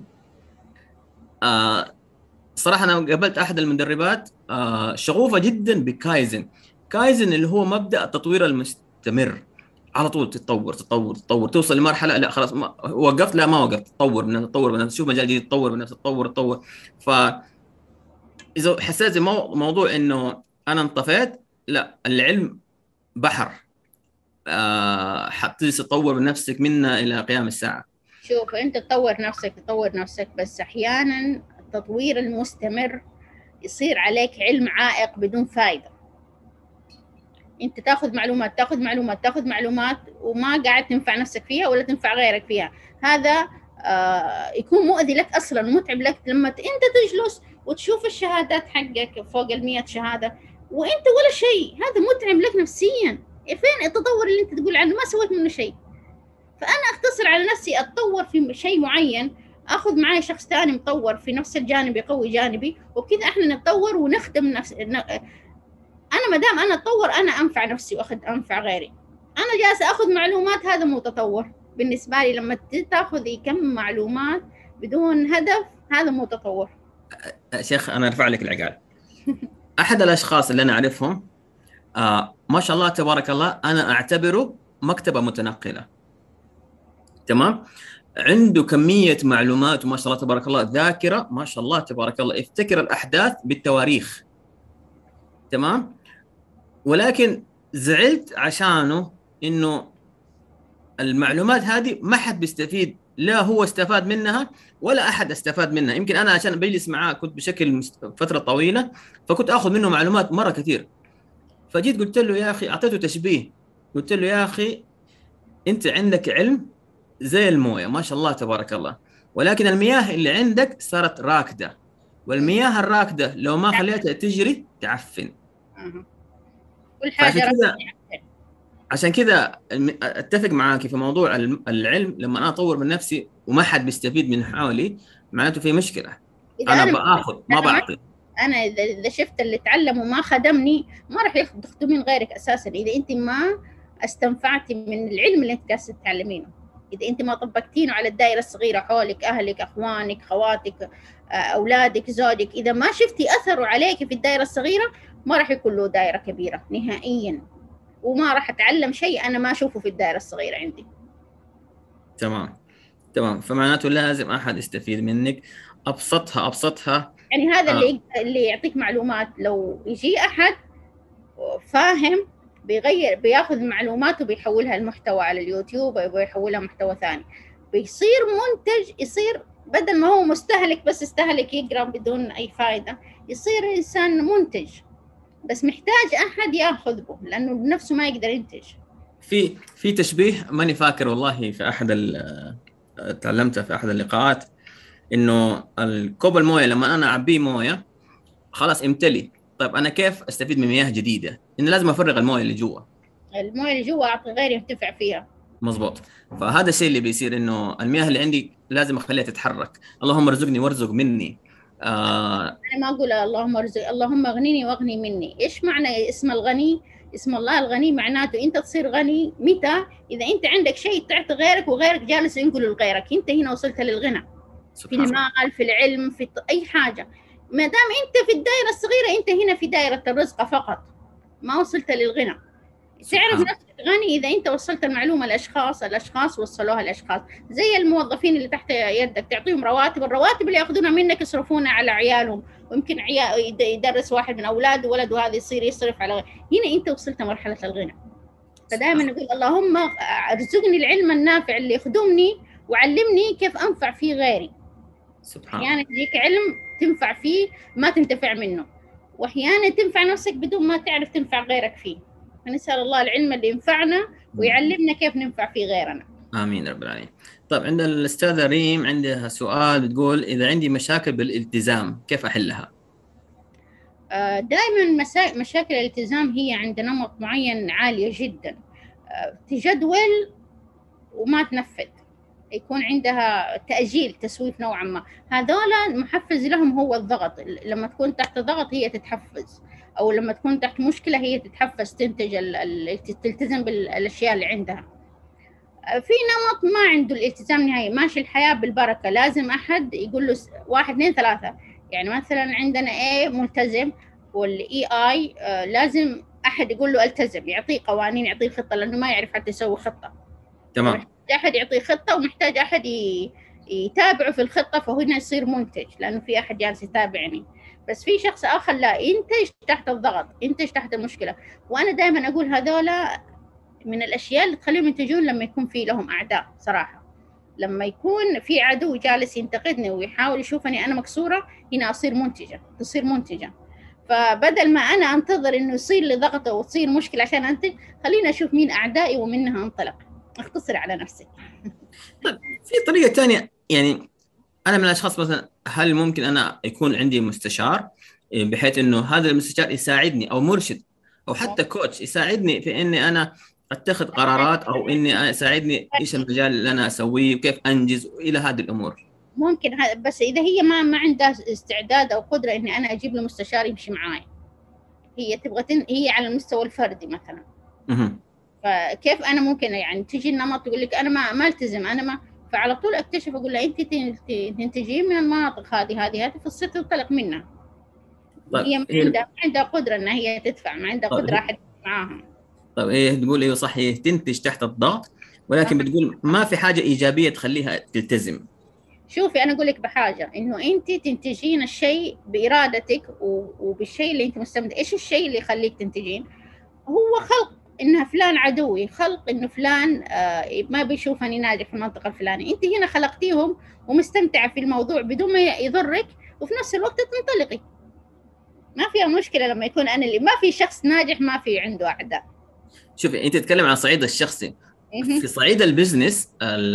صراحة أنا قابلت أحد المدربات شغوفة جدا بكايزن. كايزن اللي هو مبدأ التطوير المستمر، على طول تتطور تتطور تتطور، توصل لمرحلة لا خلاص ما وقفت، لا ما وقفت، تطور بنفسك تطور بنفسك، شوف مجال جديد تطور بنفسك، تطور تطور. فإذا حسيت زي موضوع إنه أنا انطفيت، لا، العلم بحر، تطور بنفسك منا إلى قيام الساعة. شوف أنت تطور نفسك تطور نفسك، بس أحيانا التطوير المستمر يصير عليك علم عائق بدون فائدة. أنت تاخذ معلومات تاخذ معلومات تاخذ معلومات وما قاعد تنفع نفسك فيها ولا تنفع غيرك فيها. هذا يكون مؤذي لك أصلا ومتعب لك لما أنت تجلس وتشوف الشهادات حقك فوق 100 شهادة وأنت ولا شيء. هذا متعب لك نفسيا. فين التطور اللي أنت تقول عنه؟ ما سويت منه شيء. فأنا أختصر على نفسي أتطور في شيء معين، أخذ معي شخص ثاني مطور في نفس الجانب يقوي جانبي، وكذا إحنا نتطور ونخدم نفس. أنا ما دام أنا أتطور أنا أنفع نفسي وأنفع غيري. أنا جالسة أخذ معلومات، هذا مو تطور بالنسبة لي. لما تاخذي كم معلومات بدون هدف هذا مو تطور. شيخ أنا أرفع لك العقال. احد الاشخاص اللي انا اعرفهم ما شاء الله تبارك الله، انا اعتبره مكتبه متنقله. تمام. عنده كميه معلومات وما شاء الله تبارك الله، ذاكره ما شاء الله تبارك الله، يفتكر الاحداث بالتواريخ. تمام. ولكن زعلت عشانه انه المعلومات هذه ما حد بيستفيد، لا هو استفاد منها ولا احد استفاد منها. يمكن انا عشان بجلس معاه كنت بشكل فتره طويله، فكنت اخذ منه معلومات مره كثير. فجيت قلت له يا اخي، اعطيته تشبيه، قلت له يا اخي انت عندك علم زي المويه ما شاء الله تبارك الله، ولكن المياه اللي عندك صارت راكده، والمياه الراكده لو ما خليتها تجري تعفن. كل فعشان حاجة كذا عشان كذا اتفق معاك في موضوع العلم. لما انا اطور من نفسي وما حد بيستفيد من حولي، معناته في مشكله. إذا انا باخذ ما بعطي. أنا إذا شفت اللي تعلم وما خدمني ما راح ياخذ من غيرك أساسا. إذا أنت ما استنفعتي من العلم اللي أنت قاعدة تتعلمينه، إذا أنت ما طبقتينه على الدائرة الصغيرة حولك، أهلك، أخوانك، خواتك، أولادك، زوجك، إذا ما شفتي أثره عليك في الدائرة الصغيرة ما راح يكون له دائرة كبيرة نهائيا، وما راح أتعلم شيء أنا ما أشوفه في الدائرة الصغيرة عندي. تمام. فمعناته لازم أحد يستفيد منك. أبسطها يعني هذا اللي يعطيك معلومات. لو يجي أحد فاهم بياخذ معلوماته بيحولها لمحتوى على اليوتيوب أو بيحولها محتوى ثاني، بيصير منتج. يصير بدل ما هو مستهلك بس يستهلك يقرأ بدون أي فائدة، يصير إنسان منتج. بس محتاج أحد ياخذ به، لأنه بنفسه ما يقدر ينتج. في تشبيه ماني فاكر والله، في أحد تعلمته في أحد اللقاءات، إنه الكوب الموية لما أنا أعبيه موية خلاص امتلي. طيب أنا كيف أستفيد من مياه جديدة؟ إنه لازم أفرغ الموية اللي جوا. الموية اللي جوا أعطي غيري ينتفع فيها. مظبوط. فهذا الشيء اللي بيصير، إنه المياه اللي عندي لازم أخليها تتحرك. اللهم ارزقني وارزق مني. أنا ما أقول اللهم ارزق، اللهم اغنيني واغني مني. إيش معنى اسم الغني؟ اسم الله الغني معناته أنت تصير غني متى؟ إذا أنت عندك شيء تعطي غيرك وغيرك جالس ينقله لغيرك، أنت هنا وصلت للغنى. في المال، في العلم، في أي حاجة. ما دام أنت في الدائرة الصغيرة، أنت هنا في دائرة الرزق فقط، ما وصلت للغنى. تعرف نفسك غني إذا أنت وصلت المعلومة الأشخاص وصلوها الأشخاص. زي الموظفين اللي تحت يدك تعطيهم رواتب، الرواتب اللي يأخذونها منك يصرفونها على عيالهم، ويمكن يدرس واحد من أولاده ولده هذا يصير يصرف على هنا أنت وصلت مرحلة الغنى. فدائما نقول اللهم ارزقني العلم النافع اللي يخدمني وعلمني كيف أنفع فيه غيري. أحيانا يجيك علم تنفع فيه ما تنتفع منه، وأحيانا تنفع نفسك بدون ما تعرف تنفع غيرك فيه. فنسأل الله العلم اللي ينفعنا ويعلمنا كيف ننفع في غيرنا. آمين رب العالمين. طيب عند الأستاذة ريم عندها سؤال، بتقول إذا عندي مشاكل بالالتزام كيف أحلها؟ دائما مشاكل الالتزام هي عند نمط معين عالية جدا، تجدول وما تنفذ، يكون عندها تأجيل، تسويف نوعا ما. هذولا المحفز لهم هو الضغط. لما تكون تحت ضغط هي تتحفز، أو لما تكون تحت مشكلة هي تتحفز تنتج تلتزم بالأشياء اللي عندها. في نمط ما عنده الالتزام نهائي، ماشي الحياة بالبركة، لازم أحد يقول له 1 2 3. يعني مثلا عندنا A ملتزم، والإي آي لازم أحد يقول له التزم، يعطيه قوانين، يعطيه خطة، لأنه ما يعرف حتى يسوي خطة. تمام. محتاج أحد يعطيه خطة، ومحتاج أحد يتابعه في الخطة، فهنا يصير منتج لأنه في أحد جالس يتابعني. بس في شخص آخر لا، ينتج تحت الضغط، ينتج تحت المشكلة. وأنا دائما أقول هذولا من الأشياء اللي تخليهم ينتجون لما يكون في لهم أعداء صراحة. لما يكون في عدو جالس ينتقدني ويحاول يشوفني أنا مكسورة، هنا أصير منتجة. فبدل ما أنا أنتظر إنه يصير لي ضغط وتصير مشكلة عشان أنتج، خلينا أشوف مين أعدائي ومنها أنطلق، أختصر على نفسي. طيب في طريقة تانية، يعني أنا من الأشخاص مثلا، هل ممكن أنا يكون عندي مستشار بحيث إنه هذا المستشار يساعدني، أو مرشد أو حتى كوتش يساعدني في إني أنا أتخذ قرارات، أو إني يساعدني إيش المجال اللي أنا أسويه وكيف أنجز إلى هذه الأمور؟ ممكن، بس إذا هي ما عندها استعداد أو قدرة إني أنا أجيب له مستشار يمشي معاي، هي تبغى هي على المستوى الفردي مثلا. فكيف أنا ممكن يعني تجي النمط تقول لك أنا ما التزم، أنا ما، فعلى طول أكتشف أقول لها أنت تنتجين من المناطق هذه فتصير تنطلق منها. طيب هي ما عندها قدرة إن هي تدفع، ما عندها قدرة أحد معاها. طيب هي تقول ايوه صح، هي تنتج تحت الضغط، ولكن أها. بتقول ما في حاجه ايجابيه تخليها تلتزم. شوفي أنا أقول لك بحاجة، إنه أنت تنتجين الشيء بإرادتك وبالشيء اللي أنت مستمتع. إيش الشيء اللي يخليك تنتجين؟ هو خلق إنها فلان عدوي، خلق إنه فلان ما بيشوفني ناجح في المنطقة الفلانية. أنت هنا خلقتيهم ومستمتعة في الموضوع بدون ما يضرك، وفي نفس الوقت تنطلقي. ما فيها مشكلة لما يكون أنا اللي، ما في شخص ناجح ما في عنده أعداء. شوفي انت تتكلم عن صعيد الشخصي، في صعيد البزنس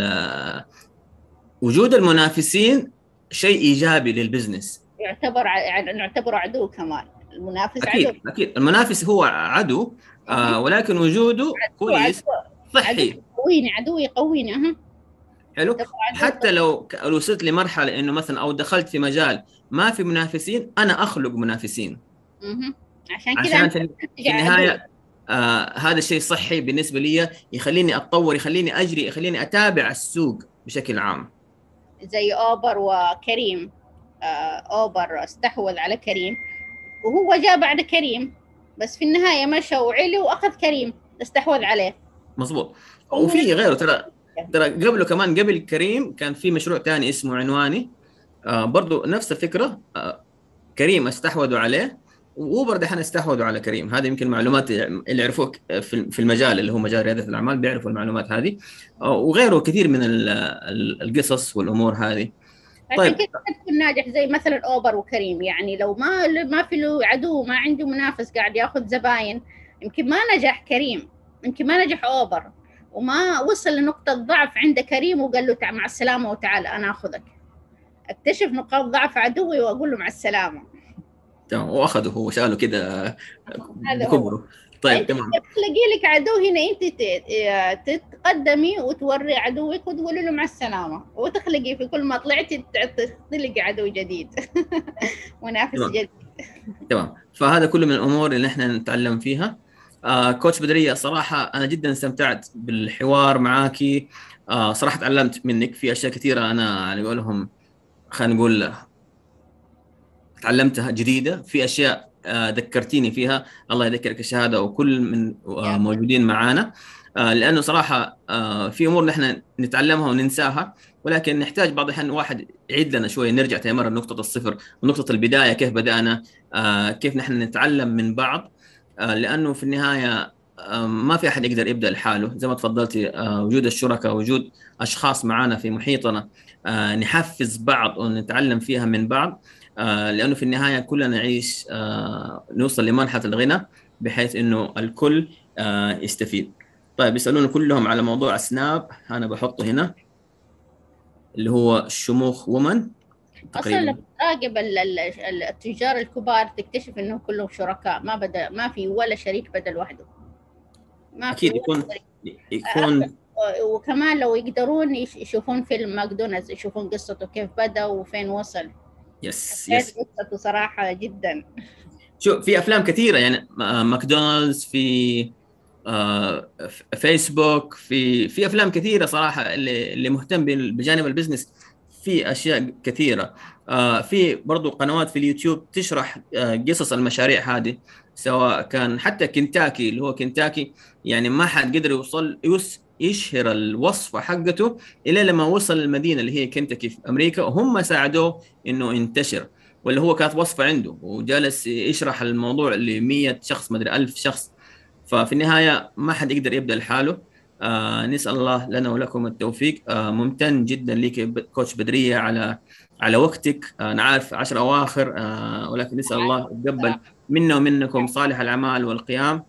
وجود المنافسين شيء ايجابي للبزنس. نعتبره عدو كمان، المنافس عدو. اكيد المنافس هو عدو، ولكن وجوده كويس، عدو صحي. يقويني، عدو يقويني. حلو. حتى لو وصلت لمرحله انه مثلا او دخلت في مجال ما في منافسين، انا اخلق منافسين. عشان كذا عشان أنت في النهايه هذا الشيء صحي بالنسبه لي، يخليني اتطور، يخليني اجري، يخليني اتابع السوق بشكل عام. زي اوبر وكريم. اوبر استحوذ على كريم، وهو جاء بعد كريم، بس في النهايه مشى وعلي واخذ كريم، استحوذ عليه. مظبوط. وفي غيره ترى قبله كمان، قبل كريم كان في مشروع ثاني اسمه عنواني، برضو نفس الفكره. كريم استحوذوا عليه، واوبر دحين استحوذوا على كريم. هذه يمكن معلومات اللي يعرفوك في المجال اللي هو مجال رياده الاعمال بيعرفوا المعلومات هذه، وغيره كثير من القصص والامور هذه. عشان كذا تكون ناجح زي مثلا اوبر وكريم. يعني لو ما في له عدو، ما عنده منافس قاعد ياخذ زباين، يمكن ما نجح كريم، يمكن ما نجح اوبر، وما وصل لنقطة ضعف عند كريم وقال له مع السلامة وتعال أنا أخذك. اكتشف نقاط ضعف عدوي وأقول له مع السلامة. تمام، واخذه هو شاله كده بكبره. طيب تمام. تلاقي لك عدو هنا، انت تتقدمي وتوري عدوك وتقولي له مع السلامه، وتخلقي في كل ما طلعتي تخلقي عدو جديد. منافس جديد. تمام. فهذا كله من الامور اللي احنا نتعلم فيها. كوتش بدرية، صراحه انا جدا استمتعت بالحوار معاكي. صراحه تعلمت منك في اشياء كثيره، انا يعني اقولهم، خلينا نقول تعلمتها جديده، في اشياء ذكرتيني فيها. الله يذكرك الشهاده وكل من موجودين معانا، لانه صراحه في امور نحن نتعلمها وننساها، ولكن نحتاج بعض الاحيان واحد يعيد لنا شويه، نرجع تاني مره لنقطه الصفر ونقطه البدايه، كيف بدانا، كيف نحن نتعلم من بعض. لانه في النهايه ما في احد يقدر يبدا لحاله. زي ما تفضلتي، وجود الشركاء، وجود اشخاص معنا في محيطنا، نحفز بعض ونتعلم فيها من بعض، لأنه في النهاية كلنا نعيش، نوصل لمرحلة الغنى بحيث أنه الكل يستفيد. طيب يسألون كلهم على موضوع سناب، أنا بحطه هنا اللي هو شموخ وومن. أصلا لما تراقب التجار الكبار تكتشف أنهم كلهم شركاء، ما في ولا شريك بدل وحده. ما أكيد يكون وكمان لو يقدرون يشوفون فيلم ماكدونالدز، يشوفون قصته كيف بدأ وفين وصل. يس قصته صراحة جدا. شو في أفلام كثيرة يعني، ماكدونالدز، في فيسبوك، في أفلام كثيرة صراحة، اللي مهتم بجانب البزنس في أشياء كثيرة. في برضو قنوات في اليوتيوب تشرح قصص المشاريع هذه، سواء كان حتى كنتاكي، اللي هو كنتاكي يعني ما حد قدر يشهر الوصفة حقته إلا لما وصل المدينة اللي هي كنتاكي في أمريكا، وهم ساعدوه إنه ينتشر، واللي هو كانت وصفة عنده وجالس يشرح الموضوع ل100 شخص، ما أدري 1000 شخص. ففي النهاية ما حد يقدر يبدأ لحاله. نسأل الله لنا ولكم التوفيق. ممتن جدا لك كوتش بدرية على وقتك. أنا عارف 10 أواخر، ولكن نسأل الله يتقبل منا ومنكم صالح الأعمال والقيام.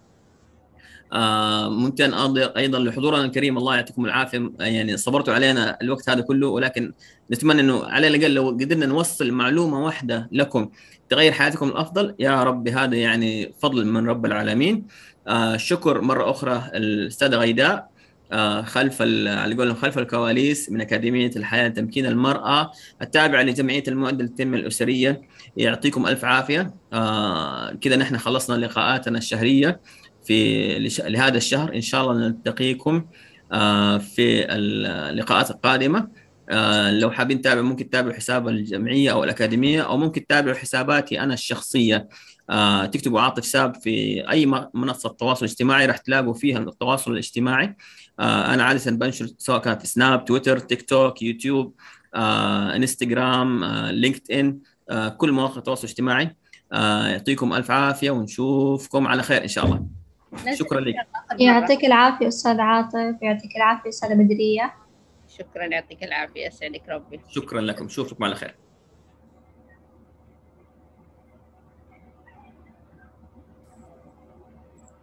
ممتن أيضا لحضورنا الكريم، الله يعطيكم العافية، يعني صبرتوا علينا الوقت هذا كله، ولكن نتمنى أنه على الأقل لو قدرنا نوصل معلومة واحدة لكم تغير حياتكم الأفضل، يا رب هذا يعني فضل من رب العالمين. شكر مرة أخرى الأستاذة غيداء، خلف الكواليس من أكاديمية الحياة لتمكين المرأة التابعة لجمعية المعدل للتنمية الأسرية. يعطيكم ألف عافية. كذا نحن خلصنا لقاءاتنا الشهرية لهذا الشهر. إن شاء الله نلتقيكم في اللقاءات القادمة. لو حابين تتابعوا ممكن تتابعوا حساب الجمعية أو الأكاديمية، أو ممكن تتابعوا حساباتي أنا الشخصية. تكتبوا عاطف ساب في أي منصة تواصل اجتماعي راح تلاقوا فيها التواصل الاجتماعي. أنا عادة بنشر سواء كانت في سناب، تويتر، تيك توك، يوتيوب، انستغرام، لينكد إن، كل مواقع التواصل الاجتماعي. يعطيكم ألف عافية ونشوفكم على خير إن شاء الله. شكرا لك. يعطيك العافية أستاذ عاطف، يعطيك العافية أستاذة بدرية. شكرا، يعطيك العافية، يسعدك ربي. شكرا لكم، شوفكم على خير.